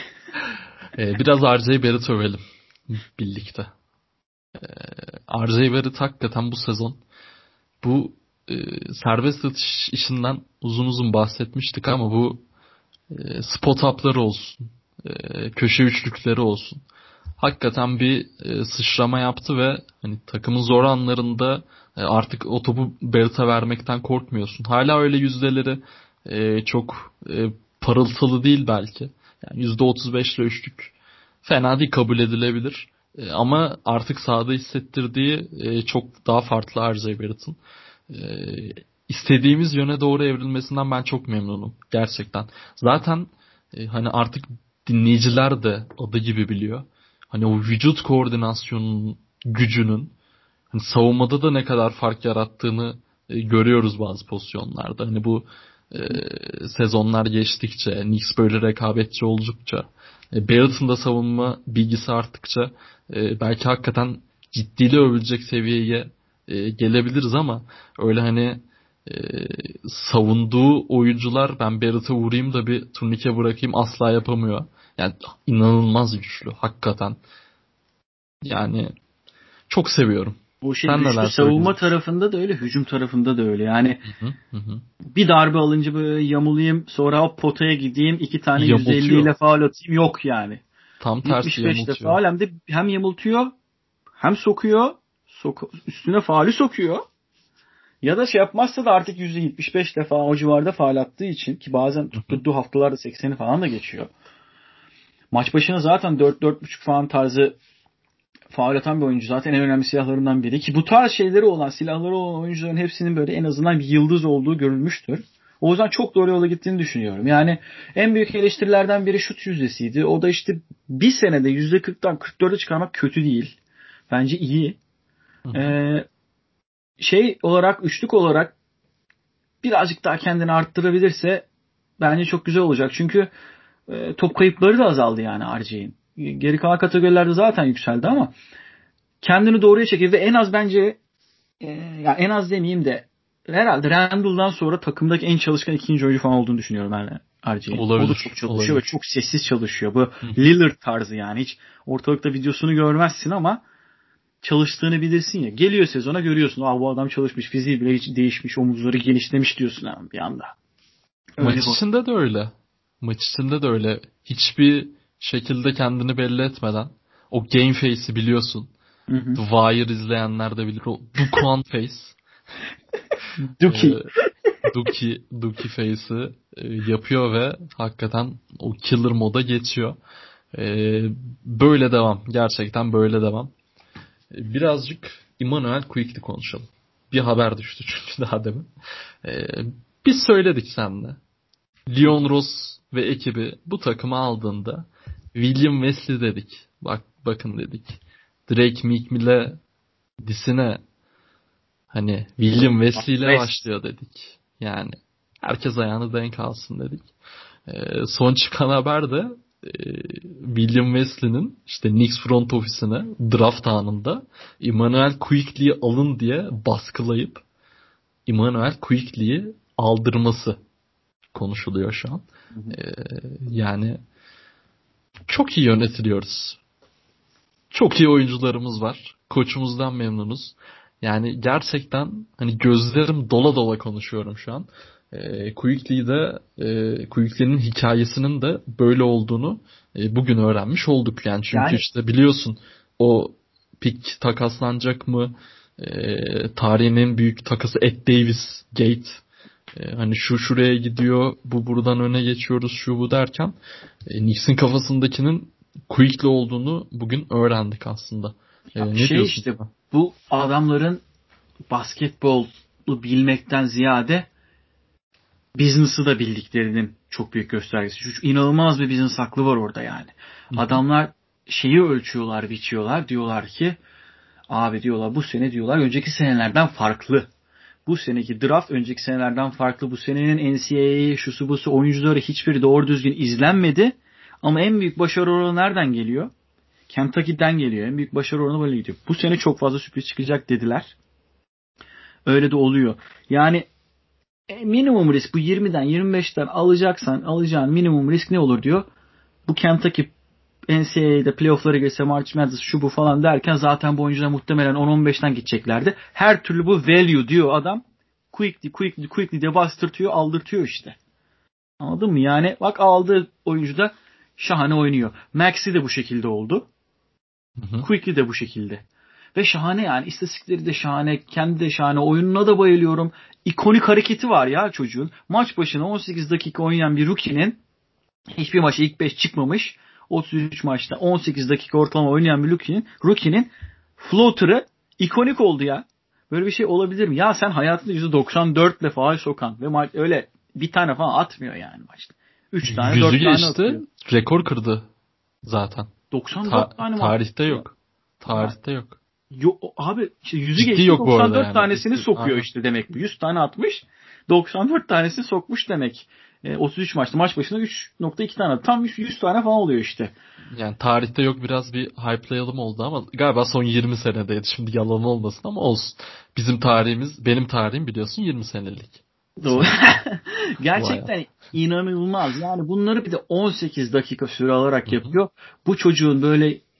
[SPEAKER 1] Biraz RJ Barrett övelim birlikte. RJ Barrett hakikaten bu sezon bu e, serbest atış işinden uzun uzun bahsetmiştik ama bu spot up'ları olsun, köşe üçlükleri olsun. Hakikaten bir sıçrama yaptı ve hani takımın zor anlarında artık o topu Barrett'a vermekten korkmuyorsun. Hala öyle yüzdeleri çok parıltılı değil belki. Yani %35 ile üçlük fena değil, kabul edilebilir. Ama artık sahada hissettirdiği çok daha farklı RJ Barrett'ın. E, istediğimiz yöne doğru evrilmesinden ben çok memnunum. Gerçekten. Zaten hani artık dinleyiciler de adı gibi biliyor. Hani o vücut koordinasyonunun gücünün hani savunmada da ne kadar fark yarattığını görüyoruz bazı pozisyonlarda. Hani bu e, sezonlar geçtikçe, Knicks böyle rekabetçi oldukça, Barrett'ın da savunma bilgisi arttıkça belki hakikaten ciddiyle övülecek seviyeye gelebiliriz ama öyle hani e, savunduğu oyuncular ben Barrett'a vurayım da bir turnike bırakayım asla yapamıyor. Yani inanılmaz güçlü hakikaten. Yani çok seviyorum.
[SPEAKER 2] Bu şey
[SPEAKER 1] Sen
[SPEAKER 2] güçlü
[SPEAKER 1] neler
[SPEAKER 2] savunma
[SPEAKER 1] söyleyeceksin?
[SPEAKER 2] tarafında da öyle, hücum tarafında da öyle. Yani
[SPEAKER 1] Hı hı, hı hı.
[SPEAKER 2] bir darbe alınca böyle yamulayım, sonra hop potaya gideyim, 2 tane %50
[SPEAKER 1] Yamultuyor.
[SPEAKER 2] ile faul atayım, yok yani.
[SPEAKER 1] Tam tersi
[SPEAKER 2] 75'te
[SPEAKER 1] yamultuyor.
[SPEAKER 2] faul, hem yamultuyor hem sokuyor, üstüne faulü sokuyor. Ya da şey yapmazsa da artık %75 defa o civarda faul attığı için, ki bazen
[SPEAKER 1] Hı hı.
[SPEAKER 2] tutturduğu haftalarda 80'i falan da geçiyor. Maç başına zaten 4-4,5 falan tarzı faul atan bir oyuncu. Zaten en önemli silahlarından biri. Ki bu tarz şeyleri olan, silahları olan oyuncuların hepsinin böyle en azından bir yıldız olduğu görülmüştür. O yüzden çok doğru yola gittiğini düşünüyorum. Yani en büyük eleştirilerden biri şut yüzdesiydi. O da işte bir senede %40'tan 44'e çıkarmak kötü değil. Bence iyi.
[SPEAKER 1] Hı hı.
[SPEAKER 2] Ee, Şey olarak, üçlük olarak birazcık daha kendini arttırabilirse bence çok güzel olacak. Çünkü top kayıpları da azaldı yani RJ'in. Geri kalan kategorilerde zaten yükseldi ama kendini doğruya çekiyor ve en az bence, ya en az demeyeyim de, herhalde Randall'dan sonra takımdaki en çalışkan ikinci oyuncu falan olduğunu düşünüyorum ben RJ'in. O da çok
[SPEAKER 1] Olabilir.
[SPEAKER 2] çalışıyor ve
[SPEAKER 1] Olabilir.
[SPEAKER 2] çok sessiz çalışıyor. Bu
[SPEAKER 1] Hı hı.
[SPEAKER 2] Lillard tarzı yani. Hiç ortalıkta videosunu görmezsin ama çalıştığını bilirsin ya. Geliyor sezona, görüyorsun. Bu adam çalışmış. Fiziği bile hiç değişmiş. Omuzları genişlemiş diyorsun abi bir anda. Öyle
[SPEAKER 1] Maç
[SPEAKER 2] bir.
[SPEAKER 1] içinde de öyle. Maç içinde de öyle. Hiçbir şekilde kendini belli etmeden. O game face'i biliyorsun.
[SPEAKER 2] Hı hı.
[SPEAKER 1] The Wire izleyenler de bilir. O Dukan face.
[SPEAKER 2] Duki.
[SPEAKER 1] Ee, Duki face'i yapıyor ve hakikaten o killer moda geçiyor. Ee, Böyle devam. Gerçekten böyle devam. Birazcık Immanuel Quickly konuşalım. Bir haber düştü çünkü daha demin. Ee, Biz söyledik seninle. Leon Ross ve ekibi bu takımı aldığında William Wesley dedik. Bakın dedik. Drake Meek disine hani William Wesley ile
[SPEAKER 2] West.
[SPEAKER 1] başlıyor dedik. Yani herkes ayağını denk alsın dedik. Son çıkan haber de William Wesley'nin işte Knicks front ofisine draft anında Immanuel Quickley'i alın diye baskılayıp Immanuel Quickley'i aldırması konuşuluyor şu an.
[SPEAKER 2] Hı hı.
[SPEAKER 1] Ee, Yani çok iyi yönetiliyoruz. Çok iyi oyuncularımız var. Koçumuzdan memnunuz. Yani gerçekten hani gözlerim dola dola konuşuyorum şu an. Quickly'nin hikayesinin de böyle olduğunu bugün öğrenmiş olduk. Yani çünkü
[SPEAKER 2] Yani
[SPEAKER 1] işte biliyorsun o pick takaslanacak mı? Tarihin en büyük takası Ed Davis Gate. Hani şu şuraya gidiyor, bu buradan öne geçiyoruz, şu bu derken Knicks'in kafasındakinin Quickly olduğunu bugün öğrendik aslında. Ne
[SPEAKER 2] şey
[SPEAKER 1] diyorsun
[SPEAKER 2] işte,
[SPEAKER 1] sen?
[SPEAKER 2] bu adamların basketbolu bilmekten ziyade business'ı da bildiklerinin çok büyük göstergesi. Çünkü inanılmaz bir business aklı var orada yani.
[SPEAKER 1] Hı hı.
[SPEAKER 2] Adamlar şeyi ölçüyorlar, biçiyorlar. Diyorlar ki abi, diyorlar, bu sene diyorlar önceki senelerden farklı. Bu seneki draft önceki senelerden farklı. Bu senenin NCAA şusu busu oyuncuları hiçbiri doğru düzgün izlenmedi. Ama en büyük başarı oranı nereden geliyor? Kentucky'den geliyor. En büyük başarı oranı böyle gidiyor. Bu sene çok fazla sürpriz çıkacak dediler. Öyle de oluyor. Yani minimum risk, bu 20'den 25'ten alacaksan alacağın minimum risk ne olur diyor. Bu Kentucky NCAA'de playoff'lara girse, March Madness şu bu falan derken zaten bu oyuncular muhtemelen 10-15'ten gideceklerdi. Her türlü bu value diyor adam. Quickly diye bastırtıyor, aldırtıyor işte. Anladın mı? Yani bak, aldığı oyuncu da şahane oynuyor. Maxi de bu şekilde oldu.
[SPEAKER 1] Hı hı.
[SPEAKER 2] Quickly de bu şekilde. Ve şahane yani. İstatistikleri de şahane. Kendi de şahane. Oyununa da bayılıyorum. İkonik hareketi var ya çocuğun. Maç başına 18 dakika oynayan bir rookie'nin, hiçbir maça ilk 5 çıkmamış, 33 maçta 18 dakika ortalama oynayan bir rookie'nin floater'ı ikonik oldu ya. Böyle bir şey olabilir mi? Ya sen hayatında %94 ile faal sokan ve maç öyle bir tane falan atmıyor yani maçta. 3 tane
[SPEAKER 1] Yüzü
[SPEAKER 2] 4 tane
[SPEAKER 1] geçti.
[SPEAKER 2] atıyor.
[SPEAKER 1] Rekor kırdı zaten.
[SPEAKER 2] 94 tane mi
[SPEAKER 1] Tarihte
[SPEAKER 2] atıyor?
[SPEAKER 1] yok.
[SPEAKER 2] Ya,
[SPEAKER 1] Tarihte yok.
[SPEAKER 2] Abi işte yüzü
[SPEAKER 1] Ciddi
[SPEAKER 2] geçti,
[SPEAKER 1] yok bu arada
[SPEAKER 2] 94
[SPEAKER 1] yani.
[SPEAKER 2] tanesini
[SPEAKER 1] Ciddi.
[SPEAKER 2] sokuyor
[SPEAKER 1] Aynen.
[SPEAKER 2] işte demek bu. 100 tane atmış, 94 tanesini sokmuş demek. 33 maçta maç başına 3.2 tane. Tam 100 tane falan oluyor işte.
[SPEAKER 1] Yani tarihte yok, biraz bir hype'layalım oldu ama galiba son 20 senedeydi. Şimdi yalan olmasın ama olsun. Bizim tarihimiz, benim tarihim biliyorsun 20 senelik.
[SPEAKER 2] Doğru.
[SPEAKER 1] Sonuçta bu hayat.
[SPEAKER 2] Gerçekten inanılmaz. Yani bunları bir de 18 dakika süre
[SPEAKER 1] Hı
[SPEAKER 2] alarak
[SPEAKER 1] hı.
[SPEAKER 2] yapıyor. Bu çocuğun böyle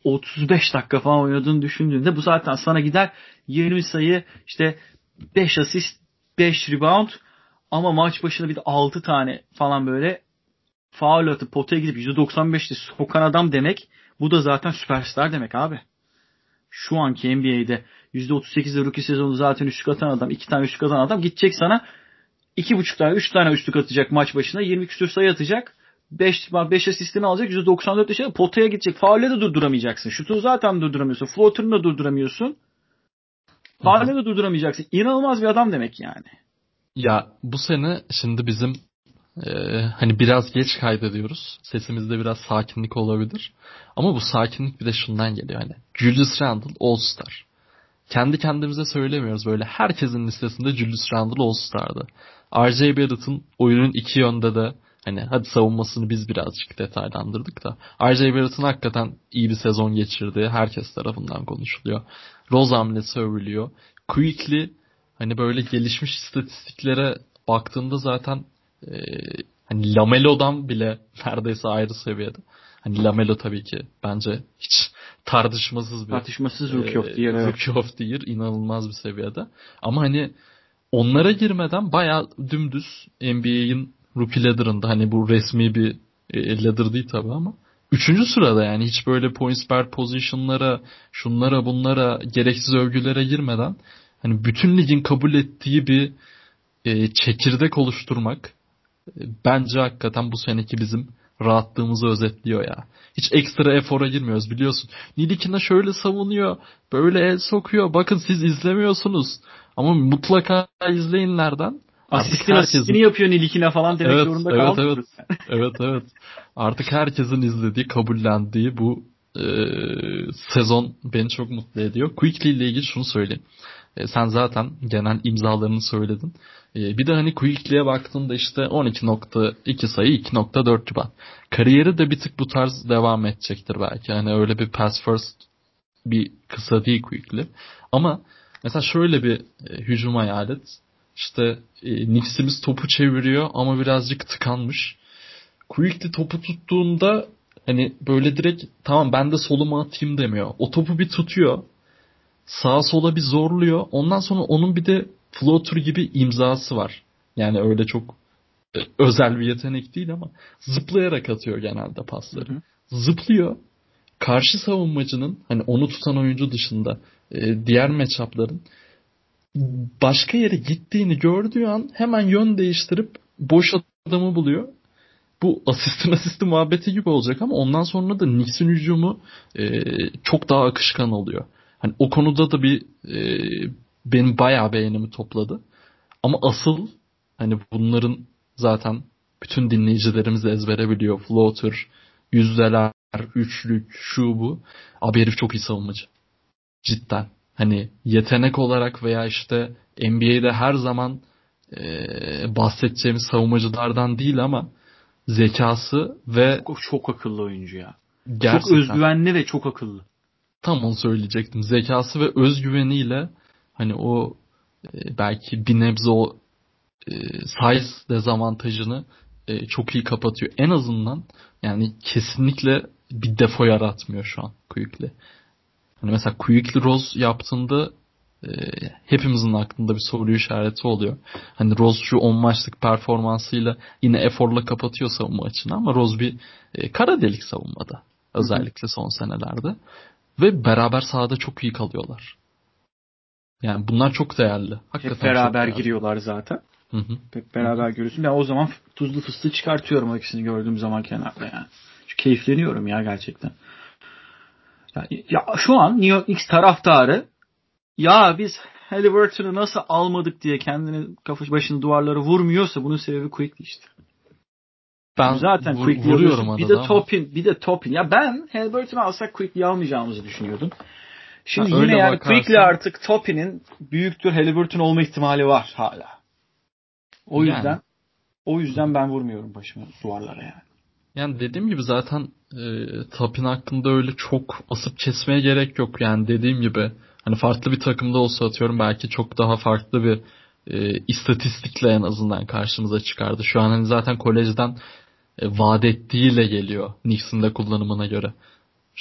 [SPEAKER 2] 35 dakika falan oynadığını düşündüğünde bu zaten sana gider 20 sayı, işte 5 asist, 5 rebound, ama maç başına bir de 6 tane falan böyle faul atıp potaya gidip %95'te sokan adam demek. Bu da zaten süperstar demek abi. Şu anki NBA'de %38'de rookie sezonu zaten üçlük atan adam, 2 tane üçlük atan adam gidecek sana 2,5 tane 3 tane üçlük atacak maç başına, 20 küsur sayı atacak. 5 asistini alacak, %94 yaşında potaya gidecek. Faulle de durduramayacaksın. Şutunu zaten durduramıyorsun. Floater'ını da durduramıyorsun. Faulle de durduramayacaksın. İnanılmaz bir adam demek yani.
[SPEAKER 1] Ya bu sene şimdi bizim hani biraz geç kaydediyoruz. Sesimizde biraz sakinlik olabilir. Ama bu sakinlik bir de şundan geliyor hani. Julius Randle All-Star. Kendi kendimize söylemiyoruz böyle. Herkesin listesinde Julius Randle All-Star'dı. R.J. Barrett'ın oyunun iki yönde de hani hadi savunmasını biz birazcık detaylandırdık da R.J. Barrett'ın hakikaten iyi bir sezon geçirdiği herkes tarafından konuşuluyor. Rose hamlesi övülüyor. Quickly hani böyle gelişmiş istatistiklere baktığında zaten e, hani Lamelo'dan bile neredeyse ayrı seviyede. Hani Lamelo tabii ki bence hiç tartışmasız bir
[SPEAKER 2] Tartışmasız Rookie of the Year. Evet.
[SPEAKER 1] Rookie of the Year, inanılmaz bir seviyede. Ama hani onlara girmeden bayağı dümdüz NBA'in Rookie Ladder'ında, hani bu resmi bir ladder değil tabii ama üçüncü sırada, yani hiç böyle points per position'lara, şunlara bunlara, gereksiz övgülere girmeden hani bütün ligin kabul ettiği bir çekirdek oluşturmak bence hakikaten bu seneki bizim rahatlığımızı özetliyor ya. Hiç ekstra efora girmiyoruz, biliyorsun. Nidikina şöyle savunuyor, böyle el sokuyor. Bakın siz izlemiyorsunuz. Ama mutlaka izleyinlerden. Artık
[SPEAKER 2] Asistini yapıyor Nilikina falan demek
[SPEAKER 1] evet,
[SPEAKER 2] zorunda
[SPEAKER 1] evet, evet.
[SPEAKER 2] kalmıyoruz.
[SPEAKER 1] Evet, evet. Artık herkesin izlediği, kabullendiği bu sezon beni çok mutlu ediyor. Quickly ile ilgili şunu söyleyeyim. Sen zaten genel imzalarını söyledin. Bir de hani Quickly'e baktığında işte 12.2 sayı, 2.4 rebound. Kariyeri de bir tık bu tarz devam edecektir belki. Hani öyle bir pass first bir kısa değil Quickly. Ama mesela şöyle bir hücum hayal et. İşte Knicks'imiz topu çeviriyor ama birazcık tıkanmış. Quickly topu tuttuğunda hani böyle direkt tamam ben de soluma atayım demiyor. O topu bir tutuyor. Sağa sola bir zorluyor. Ondan sonra onun bir de floater gibi imzası var. Yani öyle çok özel bir yetenek değil ama zıplayarak atıyor genelde pasları.
[SPEAKER 2] Hı hı.
[SPEAKER 1] Zıplıyor. Karşı savunmacının, hani onu tutan oyuncu dışında diğer matchup'ların başka yere gittiğini gördüğü an hemen yön değiştirip boş adamı buluyor. Bu asistin muhabbeti gibi olacak ama ondan sonra da Knicks'in hücumu çok daha akışkan oluyor. Hani o konuda da benim bayağı beğenimi topladı. Ama asıl hani bunların zaten bütün dinleyicilerimiz ezbere biliyor. Floater, yüzdeler, üçlük, şu bu. Abi herif çok iyi savunmacı. Cidden. Hani yetenek olarak veya işte NBA'de her zaman bahsedeceğimiz savunmacılardan değil ama zekası ve
[SPEAKER 2] Çok akıllı oyuncu ya. Çok
[SPEAKER 1] gerçekten
[SPEAKER 2] özgüvenli ve çok akıllı.
[SPEAKER 1] tam onu söyleyecektim. Zekası ve özgüveniyle hani o belki bir nebze o size dezavantajını çok iyi kapatıyor. En azından yani kesinlikle bir defo yaratmıyor şu an Quickly. Hani mesela Quickly Rose yaptığında e, hepimizin aklında bir soru işareti oluyor. Hani Rose şu 10 maçlık performansıyla yine eforla kapatıyor savunma açını ama Rose bir kara delik savunmada.
[SPEAKER 2] Hı hı.
[SPEAKER 1] Özellikle son senelerde. Ve beraber sahada çok iyi kalıyorlar. Yani bunlar çok değerli.
[SPEAKER 2] Hep
[SPEAKER 1] Hakikaten çok
[SPEAKER 2] beraber
[SPEAKER 1] değerli.
[SPEAKER 2] giriyorlar zaten.
[SPEAKER 1] Hı hı.
[SPEAKER 2] Hep
[SPEAKER 1] Hı hı.
[SPEAKER 2] beraber görüyorsun. Ben o zaman tuzlu fıstığı çıkartıyorum o ikisini gördüğüm zaman kenarda yani. Çünkü keyifleniyorum ya gerçekten. Ya şu an New York Knicks taraftarı, ya biz Haliburton'u nasıl almadık diye kendini kafa başını duvarlara vurmuyorsa bunun sebebi Quickly işte. Çünkü
[SPEAKER 1] Ben
[SPEAKER 2] zaten Quickly
[SPEAKER 1] vuruyorum
[SPEAKER 2] alıyorsun.
[SPEAKER 1] arada ama.
[SPEAKER 2] Bir de Topin. Ya ben Haliburton'u alsak Quickly almayacağımızı düşünüyordum.
[SPEAKER 1] Ha,
[SPEAKER 2] Şimdi yine
[SPEAKER 1] öyle
[SPEAKER 2] yani Quickly
[SPEAKER 1] bakarsan
[SPEAKER 2] artık Topin'in büyüktür Haliburton olma ihtimali var hala. O
[SPEAKER 1] yani.
[SPEAKER 2] yüzden o yüzden ben vurmuyorum başımı duvarlara yani.
[SPEAKER 1] Yani dediğim gibi zaten Tapin hakkında öyle çok asıp kesmeye gerek yok. Yani dediğim gibi hani farklı bir takımda olsa atıyorum belki çok daha farklı bir istatistikle en azından karşımıza çıkardı. Şu an hani zaten kolejden vaat ettiğiyle geliyor Knicks'in de kullanımına göre.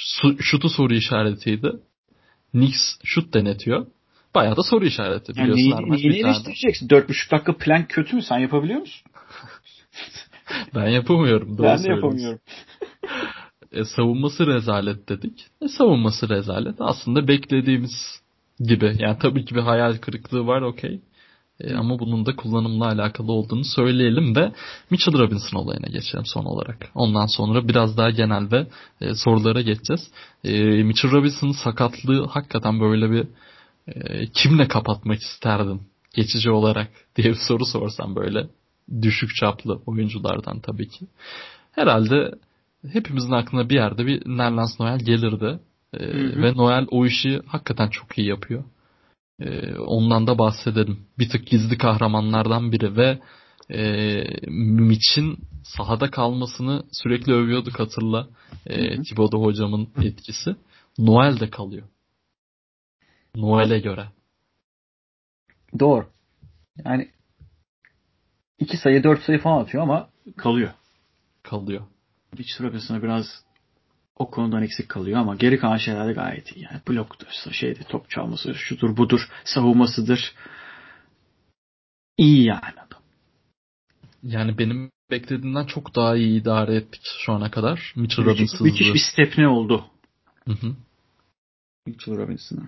[SPEAKER 1] Şutu soru işaretiydi. Knicks şut denetiyor. Bayağı da soru işareti biliyorsun.
[SPEAKER 2] Yani neyini eleştireceksin? 4,5 dakika plank kötü mü? Sen yapabiliyor musun?
[SPEAKER 1] Ben yapamıyorum. Doğru
[SPEAKER 2] Ben de yapamıyorum.
[SPEAKER 1] Savunması rezalet dedik. Savunması rezalet. Aslında beklediğimiz gibi. Yani tabii ki bir hayal kırıklığı var, okey. Ama bunun da kullanımla alakalı olduğunu söyleyelim ve Mitchell Robinson olayına geçelim son olarak. Ondan sonra biraz daha genel ve sorulara geçeceğiz. Mitchell Robinson'ın sakatlığı hakikaten böyle bir kimle kapatmak isterdin geçici olarak diye bir soru sorsam böyle düşük çaplı oyunculardan tabii ki. Herhalde hepimizin aklına bir yerde bir Nerlens Noel gelirdi. Ve Noel o işi hakikaten çok iyi yapıyor. Ondan da bahsedelim. Bir tık gizli kahramanlardan biri ve Mitch'in sahada kalmasını sürekli övüyorduk, hatırla. Thibodeau hocamın etkisi. Noel de kalıyor. Noel'e göre.
[SPEAKER 2] Doğru. Yani 2 sayı 4 sayı falan atıyor ama kalıyor.
[SPEAKER 1] Kalıyor.
[SPEAKER 2] Mitchell Robinson'a biraz o konudan eksik kalıyor ama geri kalan şeylerde gayet iyi. Yani bloktur, top çalması, şudur budur, savunmasıdır. İyi yani adam.
[SPEAKER 1] Yani benim beklediğimden çok daha iyi idare ettik şu ana kadar. Mitchell Robinson'ı.
[SPEAKER 2] Müthiş bir step ne oldu?
[SPEAKER 1] Hı.
[SPEAKER 2] Mitchell Robinson'a.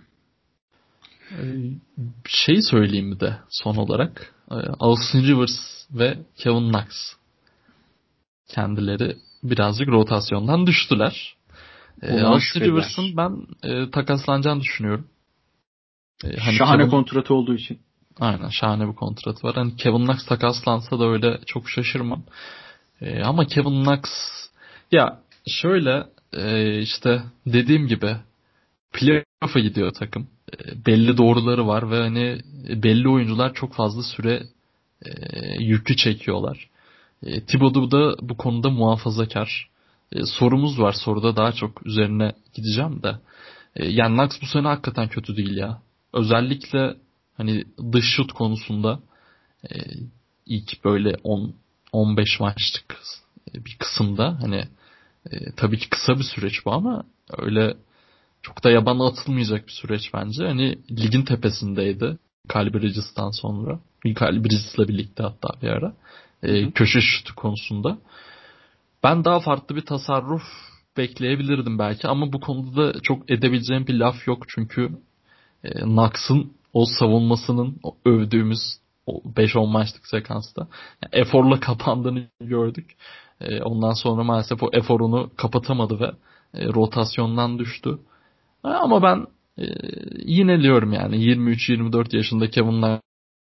[SPEAKER 1] Şey söyleyeyim bir de son olarak. Austin Rivers ve Kevin Knox. Kendileri birazcık rotasyondan düştüler. Austin Rivers'ın ben takaslanacağını düşünüyorum.
[SPEAKER 2] Hani şahane kontratı olduğu için.
[SPEAKER 1] Aynen, şahane bir kontratı var. Hani Kevin Knox takaslansa da öyle çok şaşırmam. Ama Kevin Knox ya şöyle işte dediğim gibi playoff'a gidiyor takım. Belli doğruları var ve hani belli oyuncular çok fazla süre yükü çekiyorlar. Thibodeau da bu konuda muhafazakar. Sorumuz var. Soruda daha çok üzerine gideceğim de. Yani Knox bu sene hakikaten kötü değil ya. Özellikle hani dış şut konusunda e, ilk böyle 10-15 maçlık bir kısımda hani tabii ki kısa bir süreç bu ama öyle çok da yabana atılmayacak bir süreç bence. Hani ligin tepesindeydi Kyle Bridges'tan sonra. Kyle Bridges'la birlikte hatta bir ara. Köşe şutu konusunda. Ben daha farklı bir tasarruf bekleyebilirdim belki ama bu konuda da çok edebileceğim bir laf yok çünkü Knox'ın o savunmasının o övdüğümüz o 5-10 maçlık sekansta eforla kapandığını gördük. Ondan sonra maalesef o eforunu kapatamadı ve rotasyondan düştü. Ama ben yineliyorum yani 23-24 yaşında Kevin Knox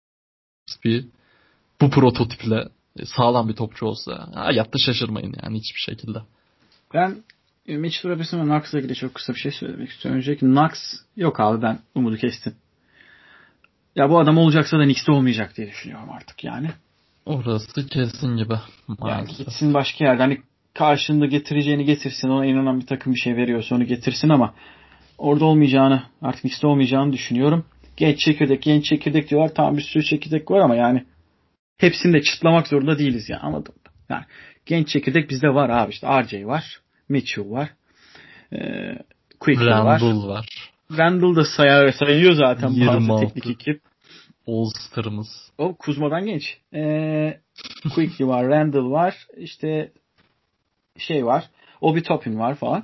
[SPEAKER 1] bu prototiple sağlam bir topçu olsa hayatta şaşırmayın yani hiçbir şekilde.
[SPEAKER 2] Ben Mitchell Robinson ve Knox'la ilgili çok kısa bir şey söylemek istiyorum. Öncelikle Knox yok abi, ben umudu kestim. Ya bu adam olacaksa da Knicks'te olmayacak diye düşünüyorum artık yani.
[SPEAKER 1] Orası kesin gibi maalesef.
[SPEAKER 2] Yani gitsin başka yerde. Hani karşında getireceğini getirsin. Ona inanan bir takım bir şey veriyorsa onu getirsin ama orada olmayacağını, artık Knicks'te olmayacağını düşünüyorum. Genç çekirdek diyorlar. Tamam, bir sürü çekirdek var ama yani hepsini de çıtlamak zorunda değiliz ya. Anladın mı? Yani genç çekirdek bizde var abi. İşte RJ var. Mitchell var. Quickly var.
[SPEAKER 1] Randall var.
[SPEAKER 2] Randall da sayıyor zaten
[SPEAKER 1] 26.
[SPEAKER 2] bazı teknik ekip.
[SPEAKER 1] All-Star'ımız.
[SPEAKER 2] O Kuzma'dan genç. Quickly var. Randall var. İşte şey var. Obi Toppin var falan.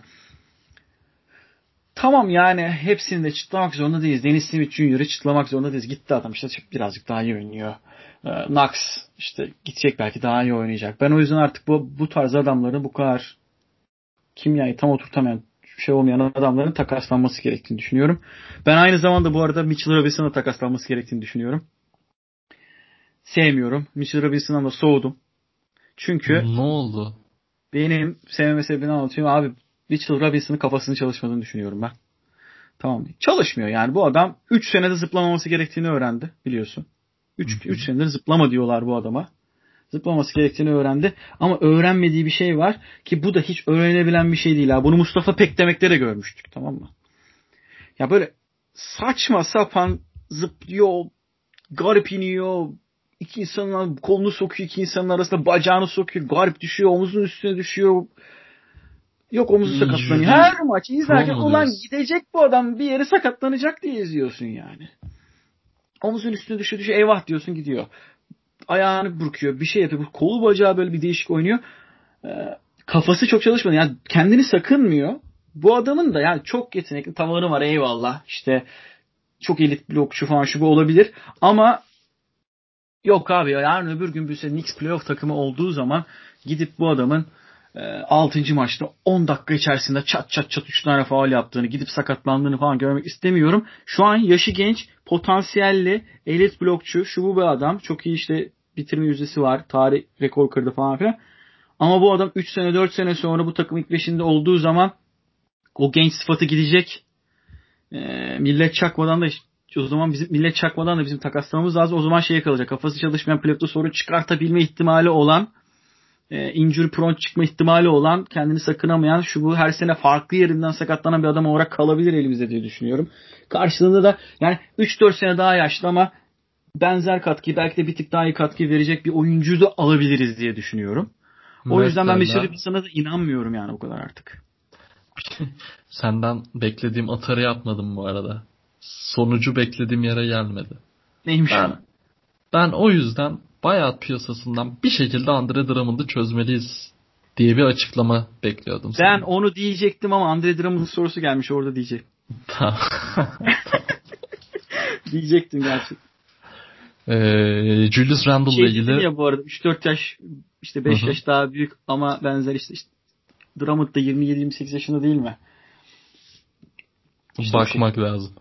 [SPEAKER 2] Tamam yani hepsini de çıtlamak zorunda değiliz. Dennis Smith Jr.'ı çıtlamak zorunda değiliz. Gitti adam işte birazcık daha iyi oynuyor. Knox işte gidecek, belki daha iyi oynayacak. Ben o yüzden artık bu tarz adamların, bu kadar kimyayı tam oturtamayan, şey olmayan adamların takaslanması gerektiğini düşünüyorum. Ben aynı zamanda bu arada Mitchell Robinson'a takaslanması gerektiğini düşünüyorum. Sevmiyorum. Mitchell Robinson'dan da soğudum. Çünkü
[SPEAKER 1] ne oldu?
[SPEAKER 2] benim sevmeme sebebini anlatıyorum. Abi Mitchell Robinson'ın kafasının çalışmadığını düşünüyorum ben. Tamam mı? Çalışmıyor yani. Bu adam 3 senede zıplamaması gerektiğini öğrendi biliyorsun. 3 senedir zıplama diyorlar bu adama. Zıplaması gerektiğini öğrendi. Ama öğrenmediği bir şey var ki bu da hiç öğrenebilen bir şey değil. Ha. Bunu Mustafa Pekdemek'te de görmüştük, tamam mı? Ya böyle saçma sapan zıplıyor, garip iniyor, iki insanın kolunu sokuyor, iki insanın arasında bacağını sokuyor, garip düşüyor, omuzun üstüne düşüyor. Yok omuzu sakatlanıyor.
[SPEAKER 1] İnjury
[SPEAKER 2] Her maç izlerken
[SPEAKER 1] prone mu
[SPEAKER 2] ulan
[SPEAKER 1] diyorsun?
[SPEAKER 2] gidecek bu adam, bir yeri sakatlanacak diye izliyorsun yani. Omuzun üstüne düşüyor eyvah diyorsun, gidiyor. Ayağını burkuyor, bir şey yapıyor. Kolu bacağı böyle bir değişik oynuyor. Kafası çok çalışmadı. Yani kendini sakınmıyor. Bu adamın da yani çok yetenekli tavanı var, eyvallah. İşte çok elit blokçu falan şu bu olabilir. Ama yok abi ya, yarın öbür gün bir Knicks playoff takımı olduğu zaman gidip bu adamın 6. maçta 10 dakika içerisinde çat çat çat 3 tane faul yaptığını, gidip sakatlandığını falan görmek istemiyorum. Şu an yaşı genç, potansiyelli, elit blokçu, şu bu bir adam. Çok iyi işte bitirme yüzdesi var. Tarih rekor kırdı falan filan. Ama bu adam 3 sene 4 sene sonra bu takım ilk 5'inde olduğu zaman o genç sıfatı gidecek. Millet çakmadan da o zaman millet çakmadan da bizim takaslamamız lazım. O zaman şeye kalacak. Kafası çalışmayan, playoff'ta sorun çıkartabilme ihtimali olan, injury prone çıkma ihtimali olan, kendini sakınamayan, şu bu her sene farklı yerinden sakatlanan bir adam olarak kalabilir elimizde diye düşünüyorum. Karşılığında da yani 3-4 sene daha yaşlı ama benzer katkı, belki de bir tık daha iyi katkı verecek bir oyuncu da alabiliriz diye düşünüyorum. O yüzden ben
[SPEAKER 1] Mesela
[SPEAKER 2] bir sana da inanmıyorum yani o kadar artık.
[SPEAKER 1] senden beklediğim atarı yapmadım bu arada. Sonucu beklediğim yere gelmedi.
[SPEAKER 2] Neymiş o?
[SPEAKER 1] Ben o yüzden buyout piyasasından bir şekilde Andre Drummond'u çözmeliyiz diye bir açıklama bekliyordum
[SPEAKER 2] Ben
[SPEAKER 1] senden.
[SPEAKER 2] onu diyecektim ama Andre Drummond'un sorusu gelmiş, orada diyecek.
[SPEAKER 1] Tamam.
[SPEAKER 2] Diyecektim gerçekten.
[SPEAKER 1] Julius Randle'la
[SPEAKER 2] Şey dedim
[SPEAKER 1] ilgili
[SPEAKER 2] ya bu arada, 3-4 yaş işte
[SPEAKER 1] hı
[SPEAKER 2] 5
[SPEAKER 1] hı,
[SPEAKER 2] yaş daha büyük ama benzer işte Drummond da 27-28 yaşında değil mi? İşte o
[SPEAKER 1] bakmak
[SPEAKER 2] şekilde.
[SPEAKER 1] lazım.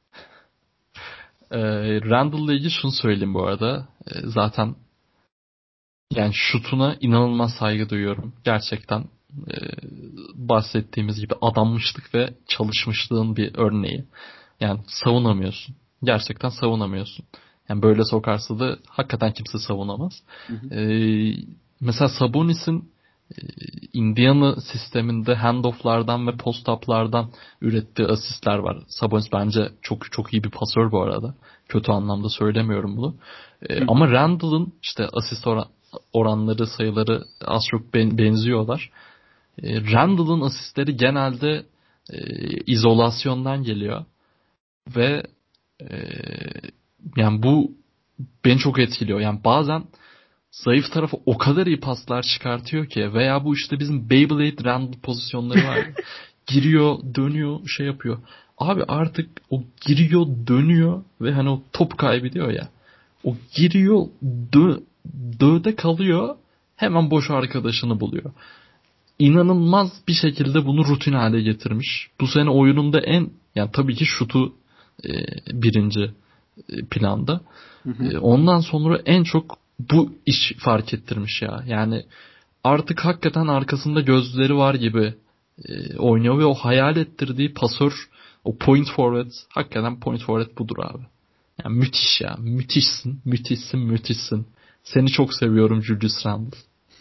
[SPEAKER 1] Randle'la ilgili şunu söyleyeyim bu arada. Zaten yani şutuna inanılmaz saygı duyuyorum. Gerçekten e, bahsettiğimiz gibi adanmışlık ve çalışmışlığın bir örneği. Yani savunamıyorsun. Gerçekten savunamıyorsun. Yani böyle sokarsa da hakikaten kimse savunamaz.
[SPEAKER 2] Hı hı.
[SPEAKER 1] Mesela Sabonis'in e, Indiana sisteminde handoff'lardan ve post-up'lardan ürettiği asistler var. Sabonis bence çok çok iyi bir pasör bu arada. Kötü anlamda söylemiyorum bunu.
[SPEAKER 2] Hı hı.
[SPEAKER 1] Ama Randall'ın işte asist oranları, sayıları az çok benziyorlar. Randall'ın asistleri genelde izolasyondan geliyor ve e, yani bu beni çok etkiliyor. Yani bazen zayıf tarafı o kadar iyi paslar çıkartıyor ki, veya bu işte bizim Beyblade Randall pozisyonları var ya. Giriyor, dönüyor, şey yapıyor. Abi artık o giriyor, dönüyor ve hani o top kaybediyor ya. O giriyor, döde kalıyor, hemen boş arkadaşını buluyor. İnanılmaz bir şekilde bunu rutin hale getirmiş. Bu sene oyununda yani tabii ki şutu e, birinci planda.
[SPEAKER 2] Hı hı.
[SPEAKER 1] Ondan sonra en çok bu iş fark ettirmiş ya. Yani artık hakikaten arkasında gözleri var gibi oynuyor ve o hayal ettirdiği pasör, o point forward, hakikaten point forward budur abi. Yani müthiş ya. Müthişsin, müthişsin, müthişsin. Seni çok seviyorum Julius Randle.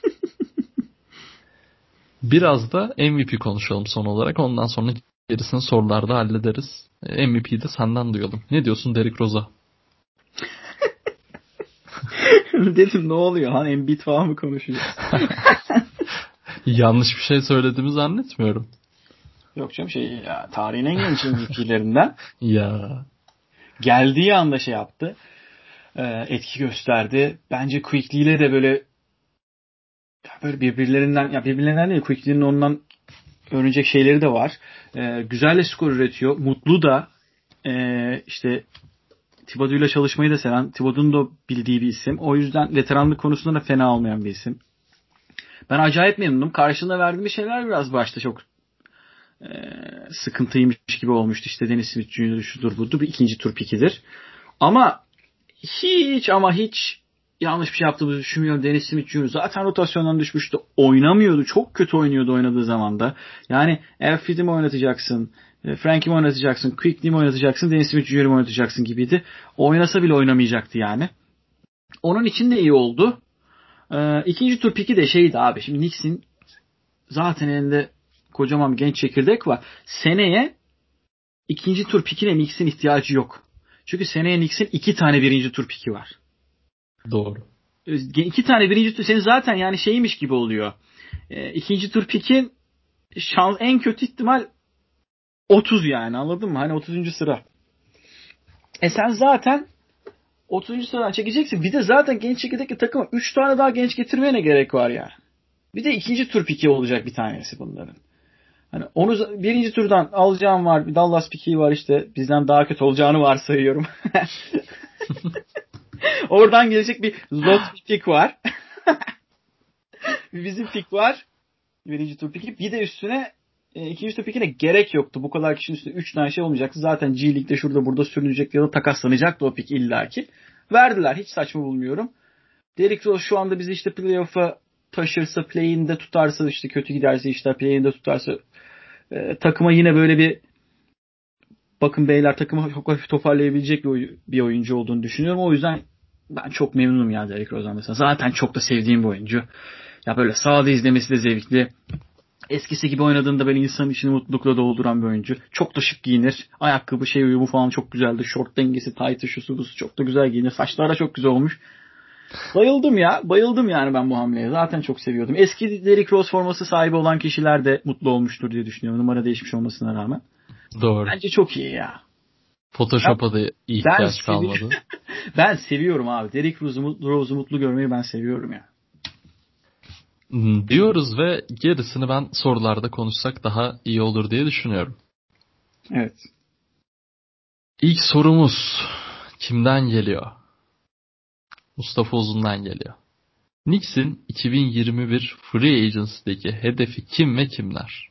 [SPEAKER 1] Biraz da MVP konuşalım son olarak. Ondan sonra gerisini sorularda hallederiz. MVP'yi de senden duyalım. Ne diyorsun Derrick Rose'a?
[SPEAKER 2] Dedim ne oluyor lan, Embiid falan mı konuşacağız?
[SPEAKER 1] Yanlış bir şey söylediğimi zannetmiyorum.
[SPEAKER 2] Yok canım, şey ya, tarihin en genç MVP'lerinden
[SPEAKER 1] Ya
[SPEAKER 2] geldiği anda şey yaptı. Etki gösterdi. Bence Quickly ile de böyle birbirlerinden değil, Quickly'nin ondan öğrenecek şeyleri de var. Güzel de skor üretiyor. Mutlu da, işte Thibodeau ile çalışmayı da seven, Thibodeau'nun da bildiği bir isim. O yüzden veteranlık konusunda da fena olmayan bir isim. Ben acayip memnunum. Karşılığında verdiğim şeyler biraz başta çok sıkıntıymış gibi olmuştu. İşte Dennis Smith Jr. şudur budur. Bir ikinci tur pikidir. Ama hiç yanlış bir şey yaptığımızı düşünmüyorum. Dennis Smith Jr. zaten rotasyondan düşmüştü. Oynamıyordu. Çok kötü oynuyordu oynadığı zaman da. Yani Elfrid'i mi oynatacaksın? Frank'i mi oynatacaksın? Quickly mi oynatacaksın? Dennis Smith Jr. mi oynatacaksın gibiydi. Oynasa bile oynamayacaktı yani. Onun için de iyi oldu. İkinci tur piki de şeydi abi. Şimdi Knicks'in zaten elinde kocaman bir genç çekirdek var. Seneye ikinci tur pikine Knicks'in ihtiyacı yok. Çünkü seneye Knicks'in 2 tane birinci tur piki var.
[SPEAKER 1] doğru.
[SPEAKER 2] 2 tane birinci tur senin zaten yani şeymiş gibi oluyor. İkinci tur pikin en kötü ihtimal 30 yani, anladın mı? Hani 30. sıra. Sen zaten 30. sıradan çekeceksin. Bir de zaten genç çekirdekli takıma 3 tane daha genç getirmeye ne gerek var yani? Bir de ikinci tur piki olacak bir tanesi bunların. Hani onu birinci turdan alacağım var. Bir Dallas piki var işte. Bizden daha kötü olacağını varsayıyorum. Oradan gelecek bir lot pik var. Bizim pik var. Birinci tur piki. Bir de üstüne ikinci tur pikine gerek yoktu. Bu kadar kişinin üstüne 3 tane şey olmayacaktı. Zaten G League'de şurada burada sürünecek ya da takaslanacaktı o pik illaki. Verdiler. Hiç saçma bulmuyorum. Derrick Rose şu anda bizi işte playoff'a taşırsa, play-in'de tutarsa, işte kötü giderse, işte play-in'de tutarsa takıma yine böyle bir, bakın beyler, takımı çok hafif toparlayabilecek bir oyuncu olduğunu düşünüyorum. O yüzden ben çok memnunum ya Derrick Rose'dan mesela. Zaten çok da sevdiğim bir oyuncu. Ya böyle sahada izlemesi de zevkli. Eskisi gibi oynadığında böyle insanın içini mutlulukla dolduran bir oyuncu. Çok da şık giyinir. Ayakkabı uyumu falan çok güzeldi. Şort dengesi, taytı, şusu busu çok da güzel giyinir. Saçları da çok güzel olmuş. Bayıldım ya. Bayıldım yani ben bu hamleye. Zaten çok seviyordum. Eski Derrick Rose forması sahibi olan kişiler de mutlu olmuştur diye düşünüyorum. Numara değişmiş olmasına rağmen.
[SPEAKER 1] Doğru.
[SPEAKER 2] Bence çok iyi ya.
[SPEAKER 1] Photoshop'a da ihtiyaç kalmadı.
[SPEAKER 2] Ben seviyorum abi. Derrick Rose'u mutlu görmeyi ben seviyorum ya.
[SPEAKER 1] Diyoruz ve gerisini ben sorularda konuşsak daha iyi olur diye düşünüyorum.
[SPEAKER 2] Evet.
[SPEAKER 1] İlk sorumuz kimden geliyor? Mustafa Uzun'dan geliyor. Knicks'in 2021 Free Agency'deki hedefi kim ve kimler?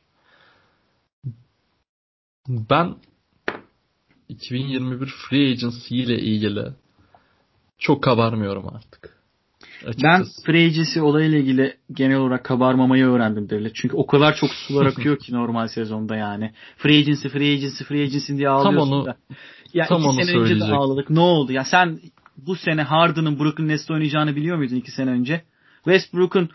[SPEAKER 1] Ben 2021 Free Agency ile ilgili çok kabarmıyorum artık. Açıkçası.
[SPEAKER 2] Ben Free Agency olayıyla ilgili genel olarak kabarmamayı öğrendim devlet. Çünkü o kadar çok sular akıyor ki normal sezonda yani. Free Agency diye ağlıyorsun da. Ya
[SPEAKER 1] tam
[SPEAKER 2] 2
[SPEAKER 1] onu
[SPEAKER 2] sene önce de
[SPEAKER 1] söyleyecektim.
[SPEAKER 2] ağladık. Ne oldu? Ya sen bu sene Harden'ın Brooklyn Nets'te oynayacağını biliyor muydun 2 sene önce? Westbrook'un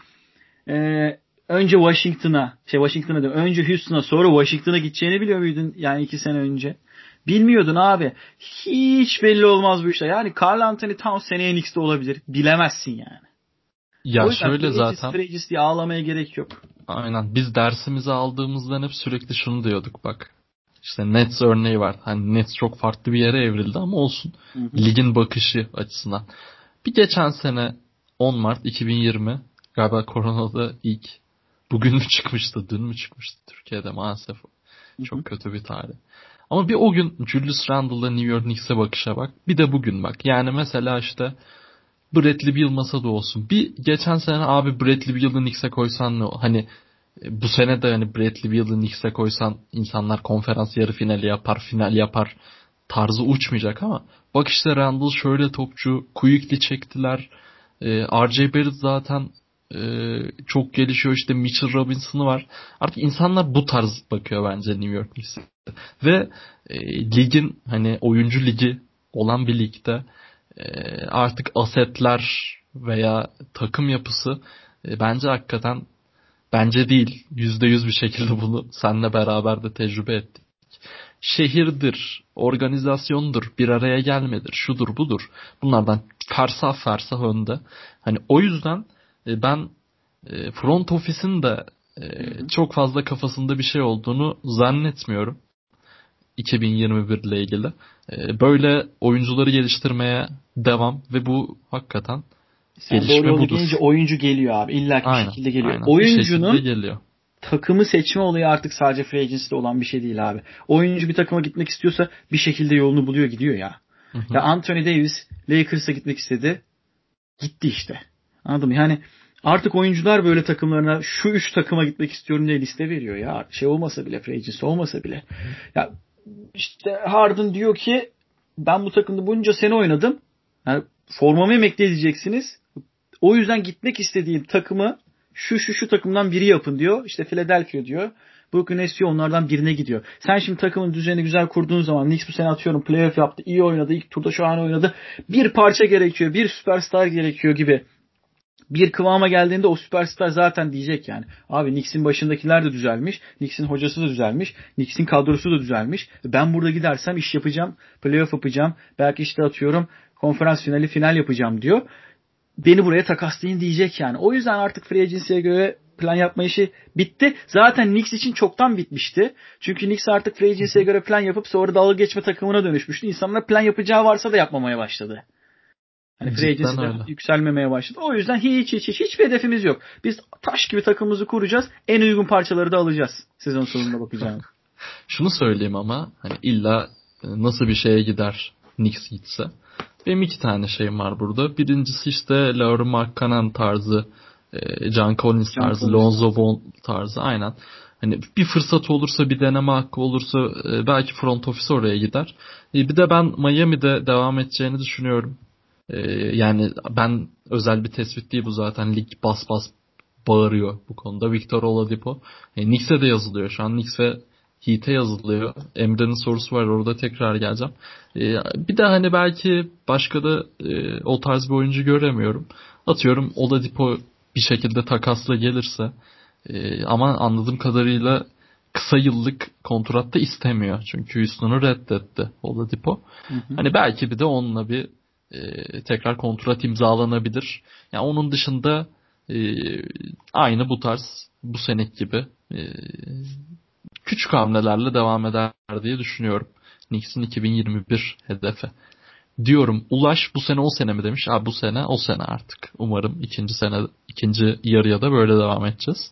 [SPEAKER 2] önce Washington'a değil, önce Houston'a sonra Washington'a gideceğini biliyor muydun yani 2 sene önce? Bilmiyordun abi. Hiç belli olmaz bu işler. Yani Karl Anthony Towns seneye Knicks'te olabilir. Bilemezsin yani.
[SPEAKER 1] Ya
[SPEAKER 2] O yüzden
[SPEAKER 1] şöyle
[SPEAKER 2] Free
[SPEAKER 1] zaten.
[SPEAKER 2] Agency diye ağlamaya gerek yok.
[SPEAKER 1] Aynen. Biz dersimizi aldığımızdan hep sürekli şunu diyorduk bak. İşte Nets örneği var. Hani Nets çok farklı bir yere evrildi ama olsun.
[SPEAKER 2] Hı hı.
[SPEAKER 1] Ligin bakışı açısından. Bir geçen sene 10 Mart 2020 galiba koronada ilk bugün mü çıkmıştı, dün mü çıkmıştı Türkiye'de maalesef.
[SPEAKER 2] Hı hı.
[SPEAKER 1] Çok kötü bir tarih. Ama bir o gün Julius Randle'la New York Knicks'e bakışa bak. Bir de bugün bak. Yani mesela işte Bradley Beal masada olsun. Bir geçen sene abi Bradley Beal'ı Knicks'e koysan ne? Hani bu sene de hani Bradley Beal'ı Knicks'e koysan insanlar konferans yarı finali yapar, final yapar tarzı uçmayacak ama bak işte Randle şöyle topçu, Quickly çektiler. RJ Barrett zaten çok gelişiyor. İşte Mitchell Robinson'ı var. Artık insanlar bu tarz bakıyor bence New York Knicks'e. Ve ligin hani oyuncu ligi olan bir ligde artık asetler veya takım yapısı bence hakikaten bence değil. %100 bir şekilde bunu seninle beraber de tecrübe ettik. Şehirdir, organizasyondur, bir araya gelmedir, şudur budur. Bunlardan fersah fersah önde. Hani o yüzden ben front office'in de çok fazla kafasında bir şey olduğunu zannetmiyorum. 2021 ile ilgili. Böyle oyuncuları geliştirmeye devam ve bu hakikaten
[SPEAKER 2] Sen doğru
[SPEAKER 1] gelişme
[SPEAKER 2] yolda
[SPEAKER 1] budur.
[SPEAKER 2] gelince oyuncu geliyor abi. İlla ki bir
[SPEAKER 1] Aynen,
[SPEAKER 2] şekilde geliyor.
[SPEAKER 1] aynen. Bir şekilde
[SPEAKER 2] Oyuncunun
[SPEAKER 1] geliyor.
[SPEAKER 2] takımı seçme olayı artık sadece Free Agency'de olan bir şey değil abi. Oyuncu bir takıma gitmek istiyorsa bir şekilde yolunu buluyor, gidiyor ya.
[SPEAKER 1] Hı hı.
[SPEAKER 2] Ya Anthony Davis Lakers'a gitmek istedi. Gitti işte. Anladın mı? Yani artık oyuncular böyle takımlarına şu 3 takıma gitmek istiyorum diye liste veriyor ya. Şey olmasa bile, Free Agency olmasa bile. Ya işte Harden diyor ki ben bu takımda bunca sene oynadım. Yani formamı emekli edeceksiniz. O yüzden gitmek istediğim takımı şu takımdan biri yapın diyor. İşte Philadelphia diyor. Brooklyn Nets diyor, onlardan birine gidiyor. Sen şimdi takımın düzenini güzel kurduğun zaman Knicks bu sene atıyorum playoff yaptı, iyi oynadı, ilk turda şahane oynadı. Bir parça gerekiyor, bir süperstar gerekiyor gibi. Bir kıvama geldiğinde o süperstar zaten diyecek yani. Abi Knicks'in başındakiler de düzelmiş. Knicks'in hocası da düzelmiş. Knicks'in kadrosu da düzelmiş. Ben burada gidersem iş yapacağım. Playoff yapacağım. Belki işte atıyorum konferans finali final yapacağım diyor. Beni buraya takaslayın diyecek yani. O yüzden artık Free Agency'ye göre plan yapma işi bitti. Zaten Knicks için çoktan bitmişti. Çünkü Knicks artık free agency'ye göre plan yapıp sonra dalga geçme takımına dönüşmüştü. İnsanlar plan yapacağı varsa da yapmamaya başladı. Hani free agency'de yükselmemeye başladı. O yüzden hiçbir hedefimiz yok. Biz taş gibi takımımızı kuracağız. En uygun parçaları da alacağız. Sezon sonunda bakacağım.
[SPEAKER 1] Şunu söyleyeyim ama hani illa nasıl bir şeye gider Knicks gitse. Benim 2 tane şeyim var burada. Birincisi işte Lauri Markkanen tarzı, John Collins tarzı, Lonzo Ball tarzı, aynen. Hani bir fırsat olursa, bir deneme hakkı olursa belki front office oraya gider. Bir de ben Miami'de devam edeceğini düşünüyorum. Yani ben özel bir tespit değil bu zaten. Lig bas bas bağırıyor bu konuda. Victor Oladipo. Knicks'e de yazılıyor. Şu an Knicks ve Heat'e yazılıyor. Emre'nin sorusu var. Orada tekrar geleceğim. Bir de hani belki başka da o tarz bir oyuncu göremiyorum. Atıyorum Oladipo bir şekilde takasla gelirse ama anladığım kadarıyla kısa yıllık kontratta istemiyor. Çünkü Houston'u reddetti Oladipo. Hani belki bir de onunla bir tekrar kontrat imzalanabilir. Yani onun dışında aynı bu tarz bu senek gibi küçük hamlelerle devam eder diye düşünüyorum. Knicks'in 2021 hedefi. Diyorum Ulaş bu sene o sene mi demiş? Bu sene o sene artık. Umarım ikinci yarıya da böyle devam edeceğiz.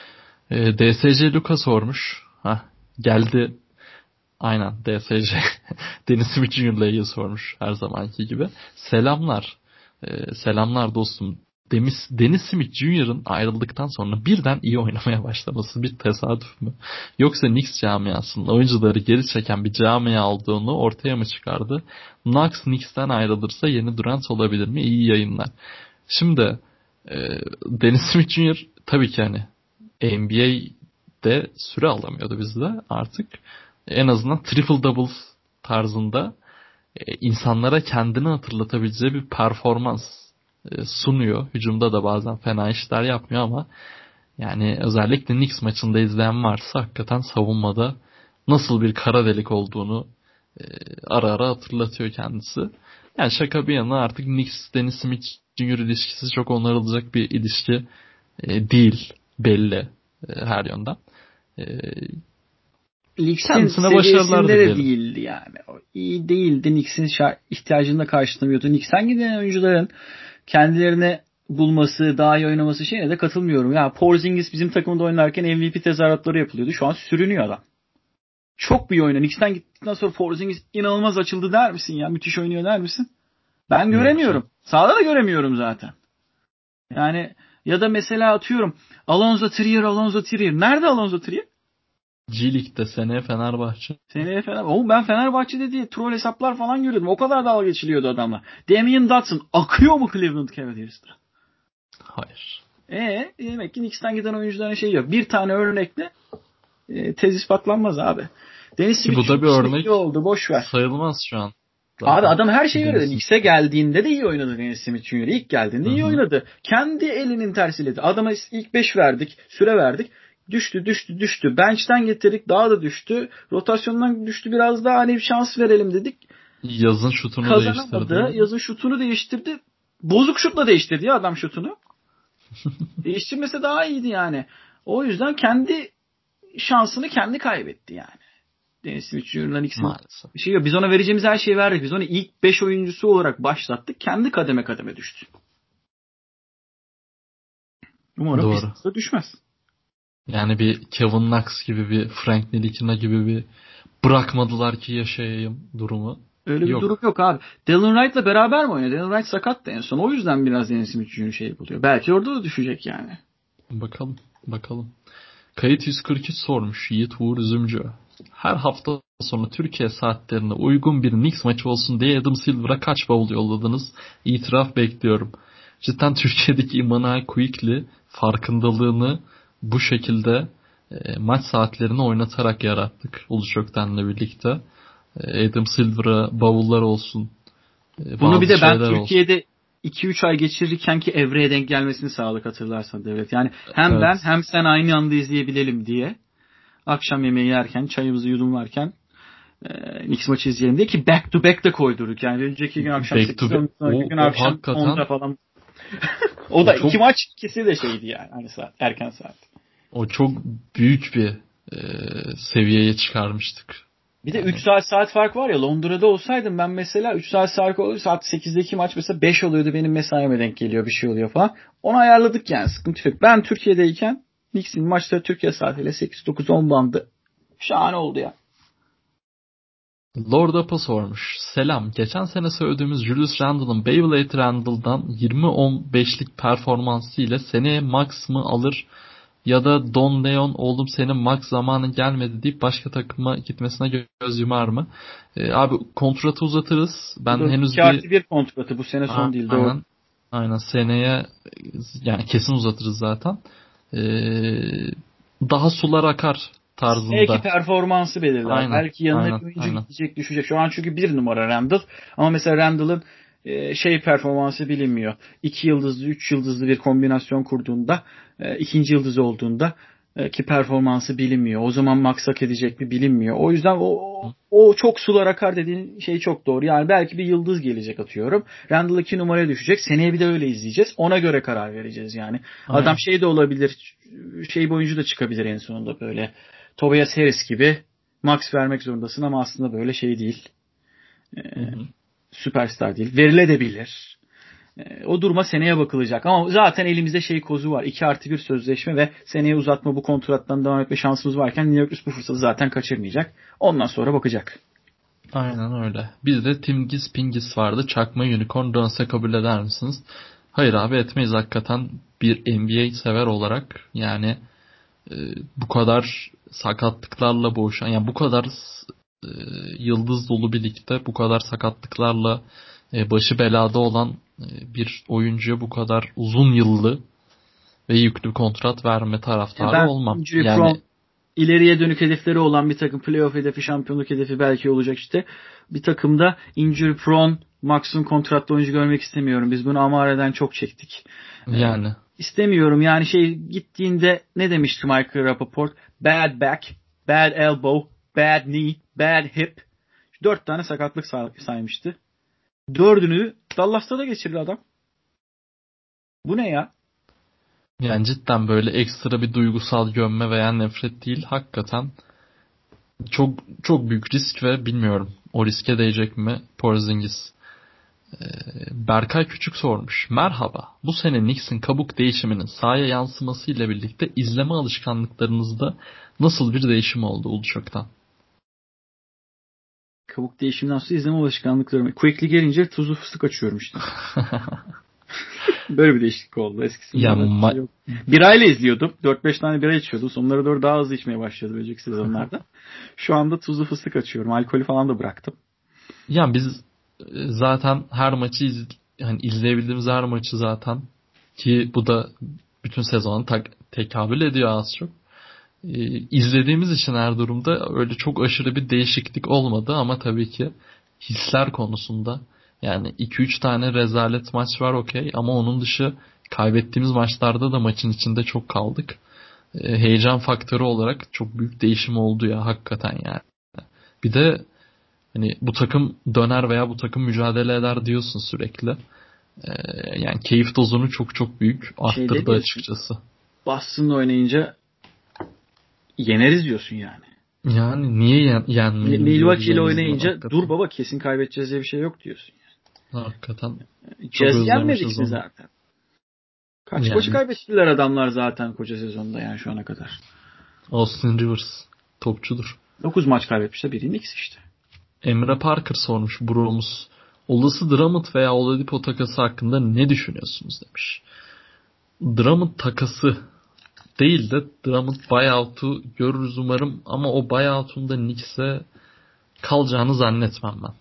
[SPEAKER 1] DSC Luka sormuş. Geldi. Aynen DSC. Dennis Smith Jr.'la ilgili sormuş her zamanki gibi. Selamlar. Selamlar dostum. Dennis Smith Jr.'ın ayrıldıktan sonra birden iyi oynamaya başlaması bir tesadüf mü? Yoksa Knicks camiasının oyuncuları geri çeken bir camia olduğunu ortaya mı çıkardı? Knox Knicks'ten ayrılırsa yeni Durant olabilir mi? İyi yayınlar. Şimdi Dennis Smith Jr. tabii ki hani NBA'de süre alamıyordu bizde artık. En azından triple double tarzında insanlara kendini hatırlatabileceği bir performans sunuyor. Hücumda da bazen fena işler yapmıyor ama yani özellikle Knicks maçında izleyen varsa hakikaten savunmada nasıl bir kara delik olduğunu ara ara hatırlatıyor kendisi. Yani şaka bir yana artık Knicks Dennis Smith Jr. ilişkisi çok onarılacak bir ilişki değil, belli her yönden.
[SPEAKER 2] Knicks'in seviyesinde de değildi yani. O iyi değildi. Knicks'in ihtiyacını da karşılamıyordu. Knicks'ten giden oyuncuların kendilerine bulması, daha iyi oynaması şeyine de katılmıyorum. Ya Porzingis bizim takımda oynarken MVP tezahüratları yapılıyordu. Şu an sürünüyor adam. Çok iyi oynuyor. Knicks'ten gittikten sonra Porzingis inanılmaz açıldı der misin ya? Müthiş oynuyor der misin? Ben göremiyorum. Sahada da göremiyorum zaten. Yani ya da mesela atıyorum Alonzo Trier. Nerede Alonzo Trier?
[SPEAKER 1] G-League'de seneye Fenerbahçe.
[SPEAKER 2] Ben Fenerbahçe'de diye troll hesaplar falan görüyordum. O kadar dalga geçiliyordu adamla. Damian Dotson akıyor mu Cleveland Cavaliers'ta?
[SPEAKER 1] Hayır.
[SPEAKER 2] Demek ki Knicks'ten giden oyuncuların şeyi yok. Bir tane örnekle tez ispatlanmaz abi. Dennis Smith
[SPEAKER 1] bu da bir örnek
[SPEAKER 2] oldu. Boş ver.
[SPEAKER 1] Sayılmaz şu an.
[SPEAKER 2] Zaten. Abi adam her şeyi öğrendi. Knicks'e geldiğinde de iyi oynadı Dennis Smith Jr. İlk geldiğinde iyi oynadı. Kendi elinin tersiyle. Adama ilk 5 verdik. Süre verdik. Düştü. Bench'ten getirdik. Daha da düştü. Rotasyondan düştü. Biraz daha hani bir şans verelim dedik.
[SPEAKER 1] Yazın şutunu değiştirdi.
[SPEAKER 2] Yazın şutunu değiştirdi. Bozuk şutla değiştirdi ya adam şutunu. Değiştirmese daha iyiydi yani. O yüzden kendi şansını kendi kaybetti yani. Dennis Smith Jr.'dan bir şey yok. Biz ona vereceğimiz her şeyi verdik. Biz onu ilk 5 oyuncusu olarak başlattık. Kendi kademe düştü. Umarım Pistons'a düşmez.
[SPEAKER 1] Yani bir Kevin Knox gibi, bir Frank Ntilikina gibi bir bırakmadılar ki yaşayayım durumu.
[SPEAKER 2] Öyle bir durum yok abi. Dylan Wright'la beraber mi oynuyor? Dylan Wright sakattı en son. O yüzden biraz Dennis Smith Jr. şey yapılıyor. Belki orada da düşecek yani.
[SPEAKER 1] Bakalım. Kayıt 143 sormuş Yiğit Uğur Üzümcü. Her hafta sonu Türkiye saatlerine uygun bir Knicks maçı olsun diye Adam Silver'a kaç bavul yolladınız? İtiraf bekliyorum. Cidden Türkiye'deki Immanuel Quickley farkındalığını bu şekilde maç saatlerini oynatarak yarattık Uluç Ökten'le birlikte. Adam Silver'a bavullar olsun.
[SPEAKER 2] Bunu bir de ben Türkiye'de 2-3 ay geçirirken ki evreye denk gelmesini sağladık hatırlarsan Devlet. Yani hem ben hem sen aynı anda izleyebilelim diye akşam yemeği yerken çayımızı yudumlarken Knicks maçı izleyelim diye ki back to back de koydurduk. Yani önceki gün akşam 8'de sonraki gün akşam 10'da falan. O da iki maç ikisi de şeydi yani. Hani saat, erken saat.
[SPEAKER 1] O çok büyük bir seviyeye çıkarmıştık.
[SPEAKER 2] Bir de 3 saat fark var ya, Londra'da olsaydım ben mesela 3 saat fark oluyor. Saat 8'deki maç mesela 5 oluyordu, benim mesaime denk geliyor, bir şey oluyor falan. Onu ayarladık yani, sıkıntı yok. Ben Türkiye'deyken Knicks'in maçları Türkiye saatiyle 8-9-10 bandı. Şahane oldu ya.
[SPEAKER 1] Lord Apa sormuş. Selam. Geçen sene söylediğimiz Julius Randle'ın Beyblade Randle'dan 20-15'lik performansı ile seneye Max mı alır ya da Don Leon oğlum senin Max zamanı gelmedi deyip başka takıma gitmesine göz yumar mı? Abi kontratı uzatırız. Ben henüz
[SPEAKER 2] 2+1 kontratı bu sene son değil, doğru.
[SPEAKER 1] Aynen seneye yani kesin uzatırız zaten. Daha sular akar tarzında.
[SPEAKER 2] Belki performansı belirler.
[SPEAKER 1] Aynen,
[SPEAKER 2] Belki yanına bir oyuncu gidecek, düşecek. Şu an çünkü 1 numara Randle. Ama mesela Randle'ın performansı bilinmiyor. 2 yıldızlı, 3 yıldızlı bir kombinasyon kurduğunda, ikinci yıldız olduğunda ki performansı bilinmiyor. O zaman max hak edecek mi bilinmiyor. O yüzden o çok sular akar dediğin şey çok doğru. Yani belki bir yıldız gelecek, atıyorum. Randle 2 numaraya düşecek. Seneye bir de öyle izleyeceğiz. Ona göre karar vereceğiz yani. Aynen. Adam de olabilir. Oyuncu da çıkabilir en sonunda böyle. Tobias Harris gibi max vermek zorundasın ama aslında böyle şey değil. Süperstar değil. Verilebilir. O duruma seneye bakılacak. Ama zaten elimizde kozu var. 2+1 sözleşme ve seneye uzatma, bu kontrattan devam etme şansımız varken New York bu fırsatı zaten kaçırmayacak. Ondan sonra bakacak.
[SPEAKER 1] Aynen öyle. Bir de Timgis Pingis vardı. Çakma Unicorn dönse kabul eder misiniz? Hayır abi, etmeyiz hakikaten, bir NBA sever olarak. Yani bu kadar sakatlıklarla boğuşan, yani bu kadar yıldız dolu bir ligde bu kadar sakatlıklarla başı belada olan bir oyuncuya bu kadar uzun yıllı ve yüklü kontrat verme taraftarı olmam.
[SPEAKER 2] Yani ileriye dönük hedefleri olan bir takım, playoff hedefi, şampiyonluk hedefi belki olacak işte. Bir takımda injury prone, maksimum kontratlı oyuncu görmek istemiyorum. Biz bunu Amare'den çok çektik.
[SPEAKER 1] Yani.
[SPEAKER 2] İstemiyorum yani, gittiğinde ne demişti Michael Rapaport? Bad back, bad elbow, bad knee, bad hip. 4 tane sakatlık saymıştı. 4'ünü Dallas'ta da geçirdi adam. Bu ne ya?
[SPEAKER 1] Yani cidden böyle ekstra bir duygusal gömme veya nefret değil. Hakikaten çok çok büyük risk ve bilmiyorum o riske değecek mi Porzingis. Berkay Küçük sormuş. Merhaba. Bu sene Knicks'in kabuk değişiminin sahaya yansıması ile birlikte izleme alışkanlıklarınızda nasıl bir değişim oldu Uluçok'tan?
[SPEAKER 2] Kabuk değişiminden sonra izleme alışkanlıklarım. Quickly gelince tuzlu fıstık açıyorum işte. Böyle bir değişiklik oldu. Eskisinde yok. Birayla izliyordum. 4-5 tane bira içiyordum. Sonlara doğru daha hızlı içmeye başladım önceki sezonlarda. Şu anda tuzlu fıstık açıyorum. Alkolü falan da bıraktım.
[SPEAKER 1] Yani biz zaten her maçı izleyebildiğimiz her maçı zaten, ki bu da bütün sezonu tekabül ediyor az çok. İzlediğimiz için her durumda öyle çok aşırı bir değişiklik olmadı ama tabii ki hisler konusunda yani 2-3 tane rezalet maç var okey, ama onun dışı kaybettiğimiz maçlarda da maçın içinde çok kaldık. Heyecan faktörü olarak çok büyük değişim oldu ya hakikaten yani. Bir de hani bu takım döner veya bu takım mücadele eder diyorsun sürekli. Yani keyif dozunu çok çok büyük arttırdı açıkçası.
[SPEAKER 2] Boston'la oynayınca yeneriz diyorsun yani.
[SPEAKER 1] Yani niye yenmeyelim?
[SPEAKER 2] Milwaukee ile oynayınca hakikaten. Dur baba, kesin kaybedeceğiz diye bir şey yok diyorsun yani.
[SPEAKER 1] Hakikaten.
[SPEAKER 2] Jazz yenmedik mi zaten? Kaç maçı kaybettiler adamlar zaten koca sezonda yani şu ana kadar.
[SPEAKER 1] Austin Rivers topçudur.
[SPEAKER 2] 9 maç kaybetmişler, biri Knicks işte.
[SPEAKER 1] Emre Parker sormuş Bromuz. Olası Drummond veya Oladipo takası hakkında ne düşünüyorsunuz demiş. Drummond takası değil de Drummond buyout'u görürüz umarım, ama o buyout'un da Knicks'e kalacağını zannetmem ben.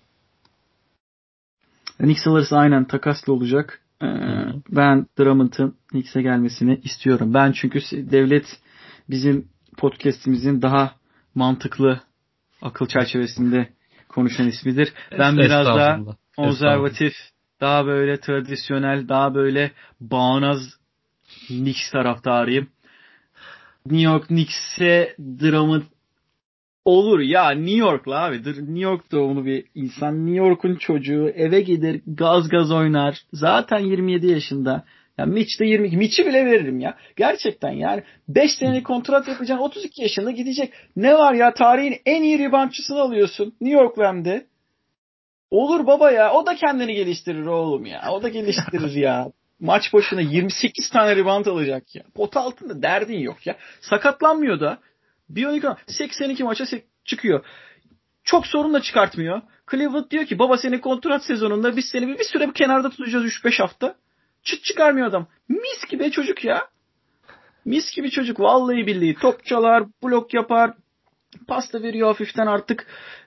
[SPEAKER 2] Knicks alırsa aynen takaslı olacak. Ben Drummond'ın Knicks'e gelmesini istiyorum. Ben çünkü devlet bizim podcast'imizin daha mantıklı, akıl çerçevesinde konuşan ismidir. Ben biraz daha konservatif, daha böyle tradisyonel, daha böyle bağnaz Knicks taraftarıyım. New York Knicks'e Drummond olur ya, New York'la abi. New York doğumlu bir insan. New York'un çocuğu, eve gelir gaz oynar. Zaten 27 yaşında. Yani Mitch de 22. Mitch'i bile veririm ya. Gerçekten yani 5 senelik kontrat yapacaksın. 32 yaşında gidecek. Ne var ya, tarihin en iyi reboundçısını alıyorsun. New York Ram'de. Olur baba ya. O da kendini geliştirir oğlum ya. O da geliştirir ya. Maç başına 28 tane rebound alacak ya. Pot altında derdin yok ya. Sakatlanmıyor da. Biyonik 82 maça çıkıyor. Çok sorun da çıkartmıyor. Cleveland diyor ki baba senin kontrat sezonunda biz seni bir süre bir kenarda tutacağız 3-5 hafta. Çıt çıkarmıyor adam. Mis gibi çocuk ya. Mis gibi çocuk. Vallahi billahi. Top çalar, blok yapar. Pasta veriyor hafiften artık.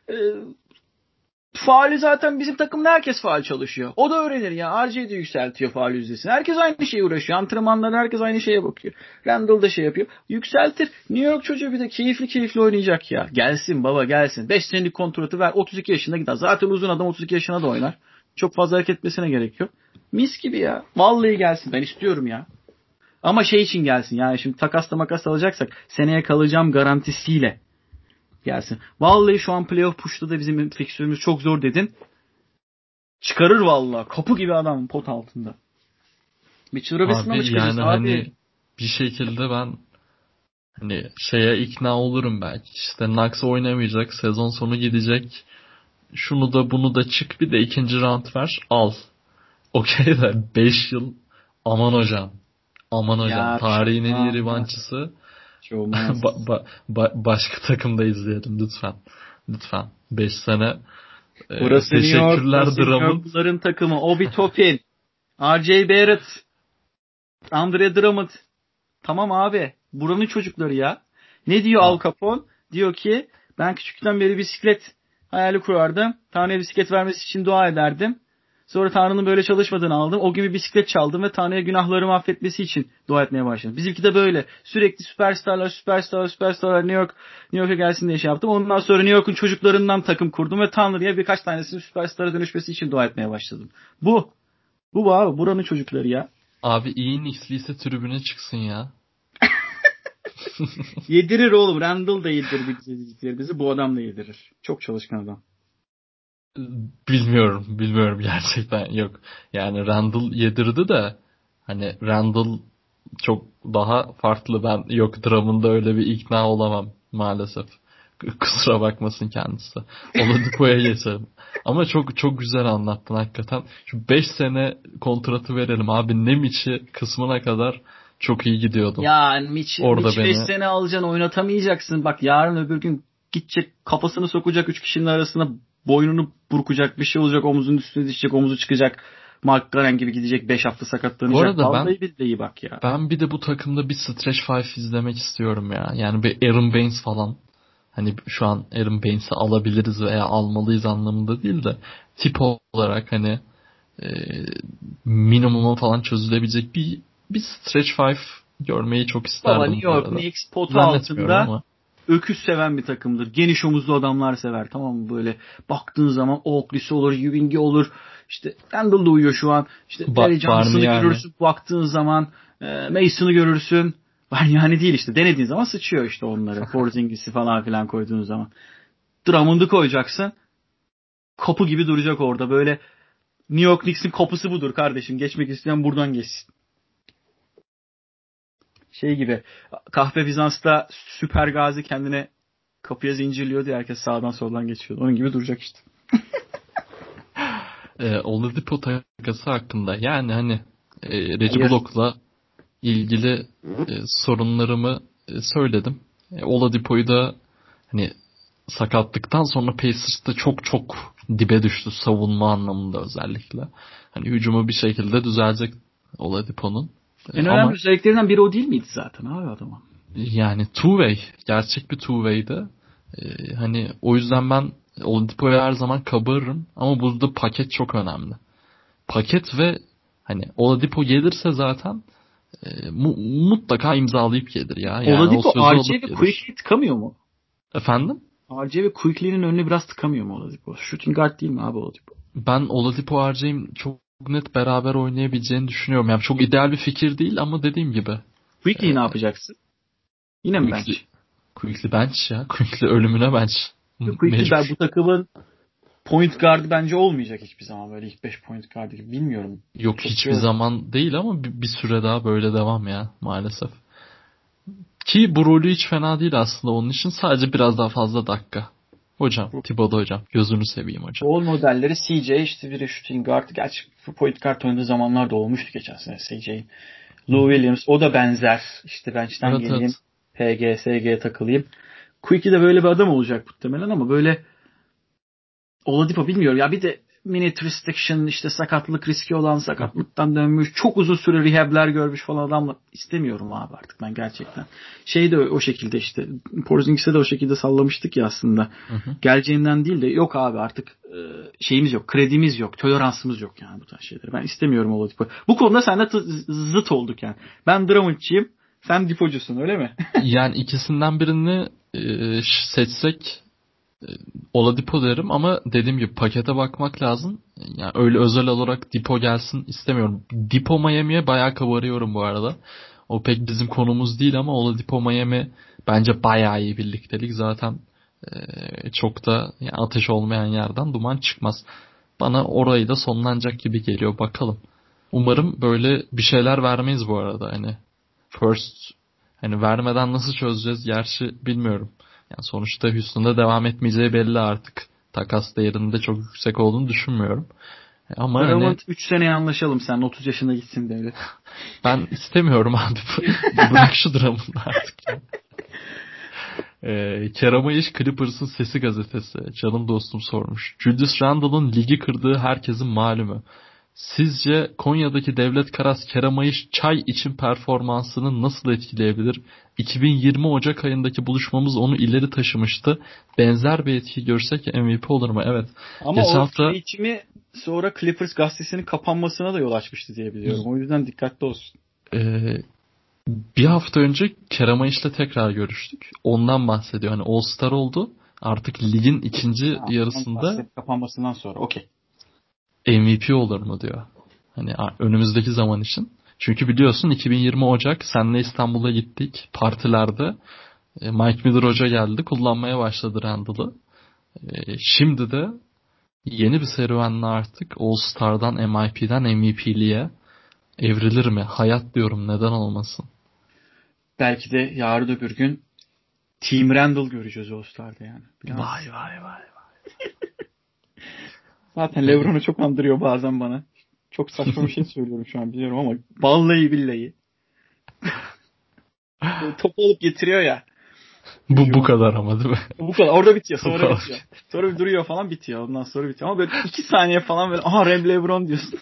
[SPEAKER 2] Faali zaten bizim takımda herkes faal çalışıyor. O da öğrenir ya. RJ de yükseltiyor faal yüzdesini. Herkes aynı şeye uğraşıyor. Antrenmanlarda herkes aynı şeye bakıyor. Randall da şey yapıyor. Yükseltir. New York çocuğu bir de keyifli oynayacak ya. Gelsin baba gelsin. 5 senelik kontratı ver. 32 yaşında gider. Zaten uzun adam 32 yaşına da oynar. Çok fazla hareket etmesine gerek yok. Mis gibi ya. Vallahi gelsin. Ben istiyorum ya. Ama şey için gelsin. Yani şimdi takasla makas alacaksak seneye kalacağım garantisiyle gelsin. Vallahi şu an playoff push'ta da bizim fikstürümüz çok zor dedin. Çıkarır vallahi. Kapı gibi adam pot altında. Mitchell Robinson'a mı çıkacağız
[SPEAKER 1] yani
[SPEAKER 2] abi?
[SPEAKER 1] hani bir şekilde ben hani şeye ikna olurum belki. İşte Knox oynamayacak. Sezon sonu gidecek. Şunu da bunu da çık bir de ikinci round ver. Al. Okey de 5 yıl aman hocam. Aman hocam.
[SPEAKER 2] Ya
[SPEAKER 1] Tarihin en iyi revanşçısı.
[SPEAKER 2] olmaz.
[SPEAKER 1] Başka takımda izleyelim lütfen. Lütfen. 5 sene.
[SPEAKER 2] Burası New York.
[SPEAKER 1] Teşekkürler
[SPEAKER 2] Burası New
[SPEAKER 1] Drummond.
[SPEAKER 2] York. Bunların takımı. Obi Toppin. RJ Barrett. Andre Drummond. Tamam abi. Buranın çocukları ya. Ne diyor Al Capone? Diyor ki ben küçükten beri bisiklet hayali kurardım. Tanrı'ya bisiklet vermesi için dua ederdim. Sonra Tanrı'nın böyle çalışmadığını aldım. O gibi bisiklet çaldım ve Tanrı'ya günahlarımı affetmesi için dua etmeye başladım. Bizimki de böyle. Sürekli süperstarlar New York'a gelsin diye şey yaptım. Ondan sonra New York'un çocuklarından takım kurdum ve Tanrı'ya birkaç tanesinin süperstara dönüşmesi için dua etmeye başladım. Bu abi. Buranın çocukları ya.
[SPEAKER 1] Abi iyi Knicksliyse tribüne çıksın ya.
[SPEAKER 2] Yedirir oğlum. Randall da yedirdi bizi. Bu adam da yedirir. Çok çalışkan adam.
[SPEAKER 1] Bilmiyorum gerçekten yok. Yani Randall yedirdi de hani Randall çok daha farklı. Ben yok Drummond'da öyle bir ikna olamam maalesef. Kusura bakmasın kendisi. Oladipo'ya geçelim. Ama çok güzel anlattın hakikaten. Şu 5 sene kontratı verelim abi. Nemiç'i kısmına kadar çok iyi gidiyordum.
[SPEAKER 2] Ya Mitch
[SPEAKER 1] Orada
[SPEAKER 2] 5 sene alacaksın, oynatamayacaksın. Bak yarın öbür gün gidecek, kafasını sokacak 3 kişinin arasına, boynunu burkacak, bir şey olacak, omuzun üstüne düşecek, omuzu çıkacak. Mark Garen gibi gidecek, 5 hafta sakatlanacak.
[SPEAKER 1] Bu arada
[SPEAKER 2] vallahi billahi bak ya.
[SPEAKER 1] Ben bir de bu takımda bir Stretch 5 izlemek istiyorum ya. Yani bir Aaron Baines falan. Hani şu an Aaron Baines'i alabiliriz veya almalıyız anlamında değil de tip olarak hani minimuma falan çözülebilecek bir Stretch 5 görmeyi çok isterdim.
[SPEAKER 2] Baba New York Knicks potu altında öküz seven bir takımdır. Geniş omuzlu adamlar sever, tamam mı? Böyle baktığın zaman Oakley'si olur, Ewing'i olur. İşte Randall da uyuyor şu an. İşte Barry Johnson'ı görürsün baktığın zaman. Mason'ı görürsün. Yani değil işte. Denediğin zaman sıçıyor işte onları. Porzingis'i falan filan koyduğun zaman. Drummond'u koyacaksın. Kapı gibi duracak orada. Böyle New York Knicks'in kapısı budur kardeşim. Geçmek isteyen buradan geçsin. Şey gibi. Kahve Bizans'ta Süper Gazi kendine kapıya zincirliyor diye herkes sağdan soldan geçiyor. Onun gibi duracak işte.
[SPEAKER 1] Oladipo takası hakkında yani hani Reggie Bullock'la ilgili sorunlarımı söyledim. Oladipo'yu da hani sakatlıktan sonra Pacers'ta çok dibe düştü savunma anlamında özellikle. Hani hücumu bir şekilde düzelecek Oladipo'nun.
[SPEAKER 2] En önemli özelliklerinden biri o değil miydi zaten abi adamın?
[SPEAKER 1] Yani two-way. Gerçek bir two-way'di. Hani o yüzden ben Oladipo'ya her zaman kabarırım. Ama burada paket çok önemli. Paket ve hani Oladipo gelirse zaten mutlaka imzalayıp gelir ya. Yani
[SPEAKER 2] Oladipo RJ ve
[SPEAKER 1] gelir.
[SPEAKER 2] Quickly tıkamıyor mu?
[SPEAKER 1] Efendim?
[SPEAKER 2] RJ ve Quickly'nin önüne biraz tıkamıyor mu Oladipo? Shooting guard değil mi abi Oladipo?
[SPEAKER 1] Ben Oladipo RJ'in çok net beraber oynayabileceğini düşünüyorum. Yani çok ideal bir fikir değil ama dediğim gibi.
[SPEAKER 2] Quickly'yi ne yapacaksın? Yine mi bench?
[SPEAKER 1] Quickly bench ya. Quickly ölümüne bench.
[SPEAKER 2] Quickly bu takımın point guard bence olmayacak hiçbir zaman, böyle ilk 5 point guard gibi, bilmiyorum.
[SPEAKER 1] Yok,
[SPEAKER 2] Çok
[SPEAKER 1] hiçbir zaman değil ama bir süre daha böyle devam ya maalesef. Ki bu rolü hiç fena değil aslında onun için, sadece biraz daha fazla dakika. Hocam, Thibodeau hocam, gözünü seveyim hocam.
[SPEAKER 2] Rol modelleri CJ, işte biri shooting guard. Gerçi point guard oynadığı zamanlar da olmuştu geçen sene CJ'in. Lou Williams, o da benzer. İşte bench'ten
[SPEAKER 1] Evet,
[SPEAKER 2] geleyim,
[SPEAKER 1] evet.
[SPEAKER 2] PG, SG'ye takılayım. Quickly de böyle bir adam olacak muhtemelen ama böyle Oladipo bilmiyorum. Ya bir de minute restriction, işte sakatlık riski olan, sakatlıktan dönmüş, çok uzun süre rehabler görmüş falan adamla istemiyorum abi artık ben gerçekten. Şey de o şekilde, işte Porzingis'e de o şekilde sallamıştık ya aslında.
[SPEAKER 1] Hı hı.
[SPEAKER 2] Geleceğinden değil de yok abi artık şeyimiz yok, kredimiz yok, toleransımız yok yani bu tarz şeyleri. Ben istemiyorum Oladipo. Bu konuda seninle zıt olduk yani. Ben Drummond'cıyım, sen Dipo'cusun, öyle mi?
[SPEAKER 1] Yani ikisinden birini seçsek Oladipo derim ama dediğim gibi pakete bakmak lazım. Yani öyle özel olarak Dipo gelsin istemiyorum. Dipo Miami'ye bayağı kabarıyorum bu arada. O pek bizim konumuz değil ama Oladipo Miami bence bayağı iyi birliktelik. Zaten çok da yani ateş olmayan yerden duman çıkmaz. Bana orayı da sonlanacak gibi geliyor. Bakalım. Umarım böyle bir şeyler vermeyiz bu arada. Hani first, hani vermeden nasıl çözeceğiz gerçi bilmiyorum. Yani sonuçta Houston'da devam etmeyeceği belli artık. Takas değerinde çok yüksek olduğunu düşünmüyorum. Ama hani
[SPEAKER 2] Drummond 3 seneye anlaşalım, sen 30 yaşına gitsin devlet.
[SPEAKER 1] ben istemiyorum abi. Bırak şu dramını artık ya. Kerem Ayış Clippers'ın Sesi gazetesi. Canım dostum sormuş. Julius Randle'ın ligi kırdığı herkesin malumu. Sizce Konya'daki Devlet Karas Kerem Ayış çay için performansını nasıl etkileyebilir? 2020 Ocak ayındaki buluşmamız onu ileri taşımıştı. Benzer bir etki görsek MVP olur mu? Evet.
[SPEAKER 2] Ama
[SPEAKER 1] Geçen
[SPEAKER 2] o
[SPEAKER 1] hafta
[SPEAKER 2] çay içimi sonra Clippers gazetesinin kapanmasına da yol açmıştı diye biliyorum. O yüzden dikkatli olsun.
[SPEAKER 1] e, bir hafta önce Kerem Ayış'la tekrar görüştük. Ondan bahsediyor. Hani All Star oldu. Artık ligin ikinci
[SPEAKER 2] Ha,
[SPEAKER 1] yarısında
[SPEAKER 2] kapanmasından sonra. Okey.
[SPEAKER 1] MVP olur mu diyor. Hani önümüzdeki zaman için. Çünkü biliyorsun 2020 Ocak senle İstanbul'a gittik. Partilerde Mike Miller Hoca geldi. Kullanmaya başladı Randall'ı. Şimdi de yeni bir serüvenle artık All Star'dan MIP'den MVP'liğe evrilir mi? Hayat diyorum, neden olmasın?
[SPEAKER 2] Belki de yarın öbür gün Team Randall göreceğiz All Star'da yani. Bilemezsin.
[SPEAKER 1] Vay vay vay.
[SPEAKER 2] Zaten
[SPEAKER 1] Evet.
[SPEAKER 2] LeBron'u çok andırıyor bazen bana. Çok saçma bir şey söylüyorum şu an biliyorum ama vallahi billahi. Böyle topu alıp getiriyor ya
[SPEAKER 1] Bu
[SPEAKER 2] hücuma.
[SPEAKER 1] kadar ama değil mi?
[SPEAKER 2] Bu kadar. Orada bitiyor.
[SPEAKER 1] Bu
[SPEAKER 2] Sonra bitiyor.
[SPEAKER 1] kadar.
[SPEAKER 2] Sonra bir duruyor falan, bitiyor. Ondan sonra bitiyor. Ama böyle 2 saniye falan böyle aha Rem LeBron diyorsun.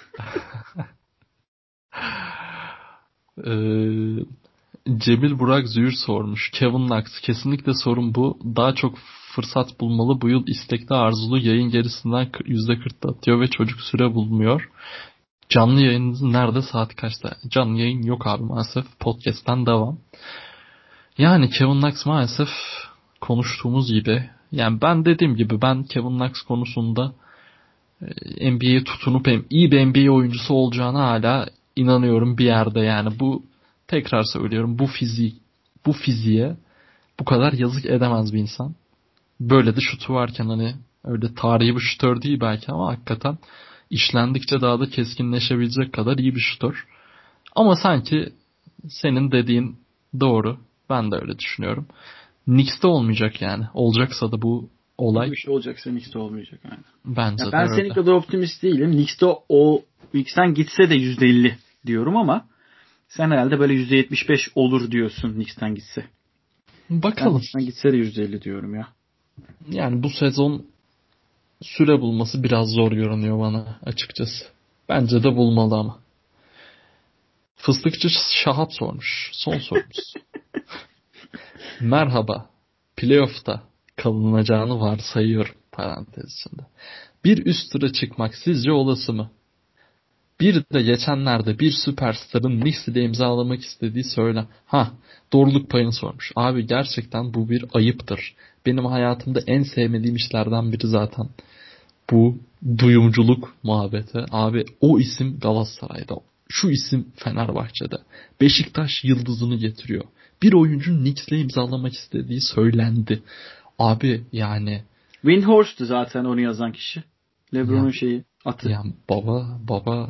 [SPEAKER 1] Ee, Cemil Burak Züğür sormuş. Kevin Knox, kesinlikle sorun bu. Daha çok fırsat bulmalı. Bu yıl istekli arzulu, yayın gerisinden %40 atıyor ve çocuk süre bulmuyor. Canlı yayınınız nerede, saat kaçta? Canlı yayın yok abi maalesef. Podcast'ten devam. Yani Kevin Knox maalesef konuştuğumuz gibi. Yani ben dediğim gibi ben Kevin Knox konusunda NBA'ye tutunup hem iyi bir NBA oyuncusu olacağına hala inanıyorum bir yerde. Yani bu, tekrar söylüyorum, bu fiziğe bu kadar yazık edemez bir insan. Böyle de şutu varken, hani öyle tarihi bir şutör değil belki ama hakikaten işlendikçe daha da keskinleşebilecek kadar iyi bir şutör. Ama sanki senin dediğin doğru. Ben de öyle düşünüyorum. Knicks'te olmayacak yani. Olacaksa da bu olay
[SPEAKER 2] Bu iş olacaksa Knicks'te olmayacak yani. Ya
[SPEAKER 1] bence de
[SPEAKER 2] ben senin
[SPEAKER 1] öyle.
[SPEAKER 2] kadar optimist değilim. Knicks'ten gitse de %50 diyorum ama sen herhalde böyle %75 olur diyorsun Knicks'ten gitse. Ben
[SPEAKER 1] Bakalım.
[SPEAKER 2] Knicks'ten gitse de %50 diyorum ya.
[SPEAKER 1] Yani bu sezon süre bulması biraz zor görünüyor bana açıkçası. Bence de bulmalı ama. Fıstıkçı Şahap sormuş. Son sorumuz. Merhaba. Playoff'ta kalınacağını varsayıyorum parantez içinde. Bir üst tura çıkmak sizce olası mı? Bir de geçenlerde bir süperstarın Knicks ile imzalamak istediği söyle. Doğruluk payını sormuş. Abi gerçekten bu bir ayıptır. Benim hayatımda en sevmediğim işlerden biri zaten. Bu duyumculuk muhabbeti. Abi o isim Galatasaray'da. Şu isim Fenerbahçe'de. Beşiktaş yıldızını getiriyor. Bir oyuncu Knicks'le imzalamak istediği söylendi. Abi yani
[SPEAKER 2] Windhorst'tu zaten onu yazan kişi. LeBron'un
[SPEAKER 1] Ya,
[SPEAKER 2] şeyi, atı.
[SPEAKER 1] ya baba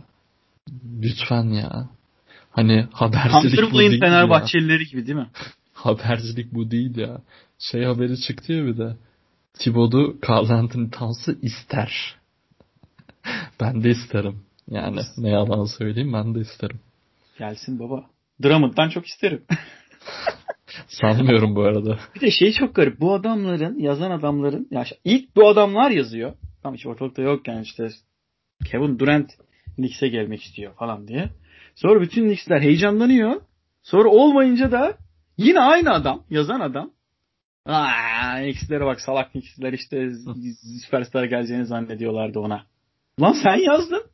[SPEAKER 1] lütfen ya. Hani habercilik bu
[SPEAKER 2] Kandırmayın
[SPEAKER 1] değil ya.
[SPEAKER 2] Fenerbahçelileri gibi değil mi?
[SPEAKER 1] Habercilik bu değil ya. Şey haberi çıktı ya bir de. Thibodeau Karl Anthony Towns'ı ister. Ben de isterim. Yani ne yalan söyleyeyim, ben de isterim.
[SPEAKER 2] Gelsin baba. Drummond'dan çok isterim.
[SPEAKER 1] Sanmıyorum bu arada.
[SPEAKER 2] Bir de şey çok garip. Bu adamların, yazan adamların, ya ilk bu adamlar yazıyor. Tam hiç ortalıkta yokken işte Kevin Durant Knicks'e gelmek istiyor falan diye. Sonra bütün Knicks'ler heyecanlanıyor. Sonra olmayınca da yine aynı adam, yazan adam. Knicks'lere bak, salak Knicks'ler işte süperstar geleceğini zannediyorlardı ona. Lan sen yazdın.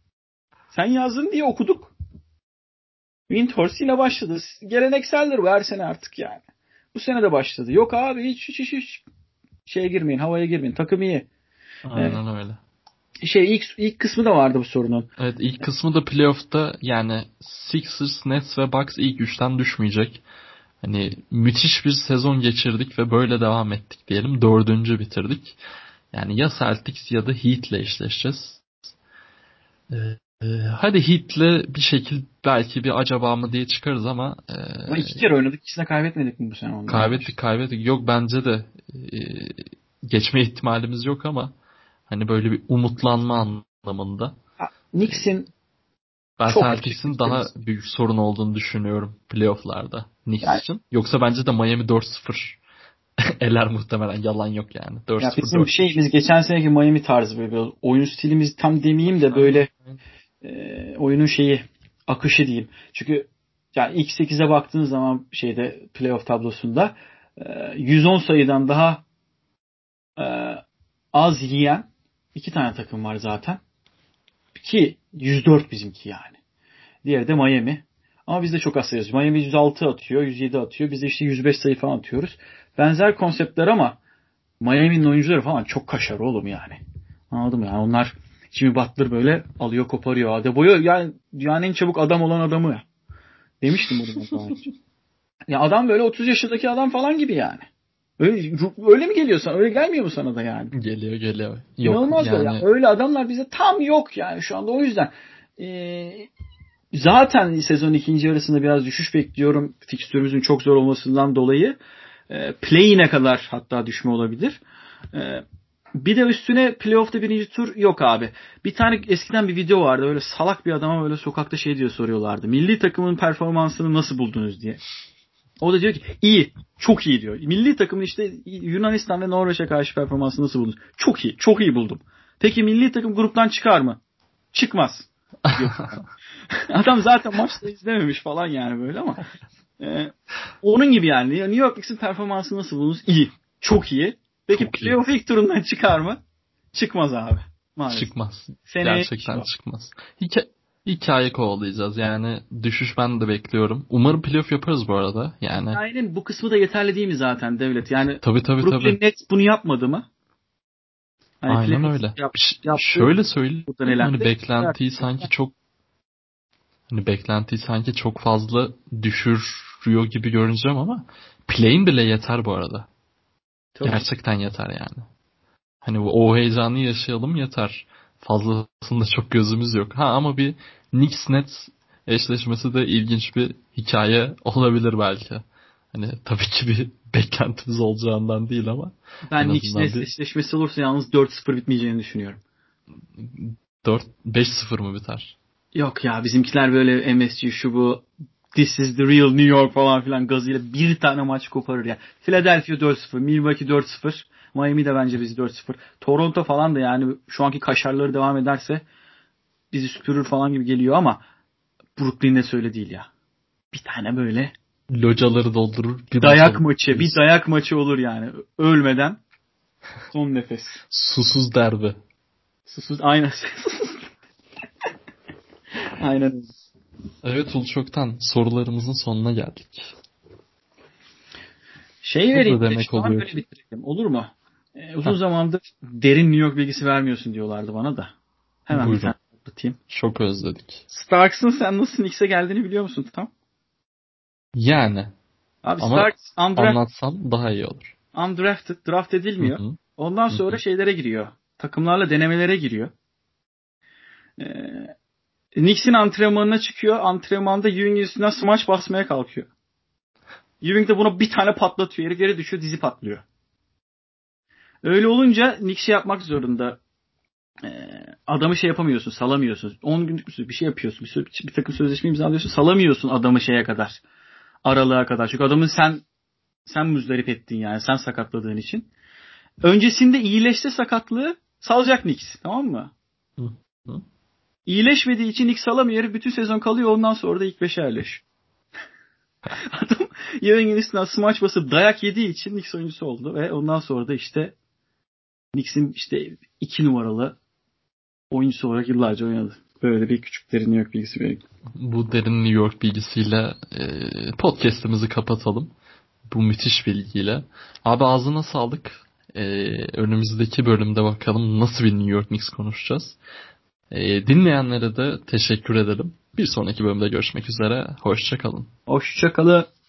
[SPEAKER 2] Sen yazdın diye okuduk. Windhorse yine başladı. Gelenekseldir bu her sene artık yani. Bu sene de başladı. Yok abi hiç şeye girmeyin, havaya girmeyin. Takım iyi. Ee,
[SPEAKER 1] Aynen öyle.
[SPEAKER 2] ilk kısmı da vardı bu sorunun.
[SPEAKER 1] Evet, ilk kısmı da playoff'ta yani Sixers, Nets ve Bucks ilk üçten düşmeyecek. Hani müthiş bir sezon geçirdik ve böyle devam ettik diyelim. Dördüncü bitirdik. Yani ya Celtics ya da Heat'le eşleşeceğiz. Ee, hadi Heat'le bir şekil belki bir acaba mı diye çıkarız ama
[SPEAKER 2] Ama iki kere oynadık. İkisini kaybetmedik mi bu sene onlarla?
[SPEAKER 1] kaybettik. Yok, bence de e, geçme ihtimalimiz yok ama hani böyle bir umutlanma anlamında.
[SPEAKER 2] Knicks'in
[SPEAKER 1] Ben
[SPEAKER 2] çok yüksek
[SPEAKER 1] Celtics'in daha
[SPEAKER 2] beklentisi.
[SPEAKER 1] büyük sorun olduğunu düşünüyorum playoff'larda Knicks
[SPEAKER 2] Yani
[SPEAKER 1] için. Yoksa bence de Miami 4-0 eler muhtemelen. Yalan yok yani.
[SPEAKER 2] ya
[SPEAKER 1] 4-0,
[SPEAKER 2] bizim
[SPEAKER 1] 4-1.
[SPEAKER 2] şeyimiz geçen seneki Miami tarzı böyle biraz oyun stilimiz tam demeyeyim de
[SPEAKER 1] Aynen.
[SPEAKER 2] böyle oyunun şeyi akışı diyeyim. Çünkü yani ilk 8'e baktığın zaman şeyde playoff tablosunda 110 sayıdan daha e, az yiyen iki tane takım var zaten. Ki 104 bizimki yani. Diğeri de Miami. Ama biz de çok az sayıyoruz. Miami 106 atıyor, 107 atıyor. Biz de işte 105 sayı falan atıyoruz. Benzer konseptler ama Miami'nin oyuncuları falan çok kaşar oğlum yani. Anladın mı? Yani onlar Jimmy Butler böyle alıyor koparıyor. Adebayo yani dünyanın en çabuk adam olan adamı ya. Demiştim bunu daha önce. Ya adam böyle 30 yaşındaki adam falan gibi yani. Öyle mi geliyor sana? Öyle gelmiyor mu sana da yani?
[SPEAKER 1] Geliyor. Yok
[SPEAKER 2] İnanılmaz böyle. Yani
[SPEAKER 1] yani,
[SPEAKER 2] öyle adamlar bize tam yok yani şu anda. O yüzden zaten sezon ikinci yarısında biraz düşüş bekliyorum. Fikstürümüzün çok zor olmasından dolayı. Play-in'e kadar hatta düşme olabilir. Bir de üstüne playoff'ta birinci tur yok abi. Bir tane eskiden bir video vardı. Öyle salak bir adama böyle sokakta şey diye soruyorlardı. Milli takımın performansını nasıl buldunuz diye. O da diyor ki iyi. Çok iyi diyor. Milli takımın işte Yunanistan ve Norveç'e karşı performansını nasıl buldunuz? Çok iyi. Çok iyi buldum. Peki milli takım gruptan çıkar mı? Çıkmaz. Diyor. Adam zaten maçta izlememiş falan yani böyle ama onun gibi yani. New York Knicks'in performansı nasıl buldunuz? İyi. Çok iyi. Peki
[SPEAKER 1] çok iyi.
[SPEAKER 2] playoff ilk turundan çıkar mı? Çıkmaz abi. Maalesef.
[SPEAKER 1] Çıkmaz.
[SPEAKER 2] Seneye iş
[SPEAKER 1] Gerçekten
[SPEAKER 2] var.
[SPEAKER 1] çıkmaz. Hikaye kovalayacağız. Yani düşüş ben de bekliyorum. Umarım playoff yaparız bu arada. Yani
[SPEAKER 2] Hikayenin bu kısmı da yeterli değil mi zaten devlet? Yani
[SPEAKER 1] tabii.
[SPEAKER 2] Brooklyn Nets bunu yapmadı mı? Hani
[SPEAKER 1] Aynen
[SPEAKER 2] playoff
[SPEAKER 1] öyle.
[SPEAKER 2] yaptı.
[SPEAKER 1] Şöyle söyleyeyim,
[SPEAKER 2] Buradan
[SPEAKER 1] hani
[SPEAKER 2] elendi.
[SPEAKER 1] beklentiyi sanki çok fazla düşürüyor gibi görüneceğim ama play'in bile yeter bu arada.
[SPEAKER 2] Tabii canım.
[SPEAKER 1] Gerçekten yeter yani. Hani o heyecanı yaşayalım yeter. Fazlasında çok gözümüz yok. Ha, ama bir Knicks Nets eşleşmesi de ilginç bir hikaye olabilir belki. Hani tabii ki bir beklentimiz olacağından değil ama en
[SPEAKER 2] Ben Knicks
[SPEAKER 1] azından
[SPEAKER 2] Nets
[SPEAKER 1] bir
[SPEAKER 2] eşleşmesi olursa yalnız 4-0 bitmeyeceğini düşünüyorum.
[SPEAKER 1] 5-0 mı biter?
[SPEAKER 2] Yok ya bizimkiler böyle MSG şu bu This is the real New York falan filan gazıyla bir tane maç koparır ya. Philadelphia 4-0, Milwaukee 4-0, Miami de bence bizi 4-0. Toronto falan da yani şu anki kaşarları devam ederse bizi süpürür falan gibi geliyor ama Brooklyn'de öyle değil ya. Bir tane böyle
[SPEAKER 1] Locaları doldurur bir maç
[SPEAKER 2] dayak
[SPEAKER 1] alır
[SPEAKER 2] maçı, bir
[SPEAKER 1] diyorsun.
[SPEAKER 2] dayak maçı olur yani. Ölmeden son nefes.
[SPEAKER 1] Susuz derbi.
[SPEAKER 2] Susuz aynen. Aynen.
[SPEAKER 1] Evet Ulçok'tan sorularımızın sonuna geldik.
[SPEAKER 2] Şey
[SPEAKER 1] Bu
[SPEAKER 2] vereyim
[SPEAKER 1] da
[SPEAKER 2] bir de
[SPEAKER 1] demek
[SPEAKER 2] şu an
[SPEAKER 1] oluyor
[SPEAKER 2] böyle
[SPEAKER 1] ki.
[SPEAKER 2] bitirelim. Olur mu? Uzun
[SPEAKER 1] Heh,
[SPEAKER 2] zamandır derin New York bilgisi vermiyorsun diyorlardı bana da. Hemen bir
[SPEAKER 1] buyurun.
[SPEAKER 2] tane anlatayım.
[SPEAKER 1] Çok özledik.
[SPEAKER 2] Starks'ın sen nasıl Knicks'e geldiğini biliyor musun tam?
[SPEAKER 1] Yani
[SPEAKER 2] Abi
[SPEAKER 1] ama
[SPEAKER 2] Starks
[SPEAKER 1] anlatsam daha iyi olur.
[SPEAKER 2] undrafted, draft
[SPEAKER 1] Hı
[SPEAKER 2] edilmiyor.
[SPEAKER 1] hı.
[SPEAKER 2] Ondan
[SPEAKER 1] Hı
[SPEAKER 2] sonra
[SPEAKER 1] hı.
[SPEAKER 2] şeylere giriyor. takımlarla denemelere giriyor. Knicks'in antrenmanına çıkıyor. Antrenmanda Ewing üstünden smaç basmaya kalkıyor. Ewing de buna bir tane patlatıyor. Herif yere düşüyor, dizi patlıyor. Öyle olunca Knicks yapmak zorunda. Adamı yapamıyorsun, salamıyorsun. 10 günlük bir şey yapıyorsun. Bir takım sözleşme imzalıyorsun, salamıyorsun adamı kadar. Aralığa kadar. Çünkü adamı sen müzdarip ettin yani. Sen sakatladığın için. Öncesinde iyileşse sakatlığı salacak Knicks. Tamam mı?
[SPEAKER 1] Hı.
[SPEAKER 2] İyileşmediği için Knicks salamıyor. Herif bütün sezon kalıyor. Ondan sonra da ilk 5'e yerleşiyor. Adam Ewing'in üstünden smaç basıp dayak yediği için Knicks oyuncusu oldu. Ve ondan sonra da Knicks'in 2 numaralı oyuncusu olarak yıllarca oynadı. Böyle bir küçük derin New York bilgisi vereyim.
[SPEAKER 1] Bu derin New York bilgisiyle podcast'imizi kapatalım. Bu müthiş bilgiyle. Abi ağzına sağlık. Önümüzdeki bölümde bakalım nasıl bir New York Knicks konuşacağız. Dinleyenlere de teşekkür ederim. Bir sonraki bölümde görüşmek üzere. Hoşça kalın.
[SPEAKER 2] Hoşça kalın.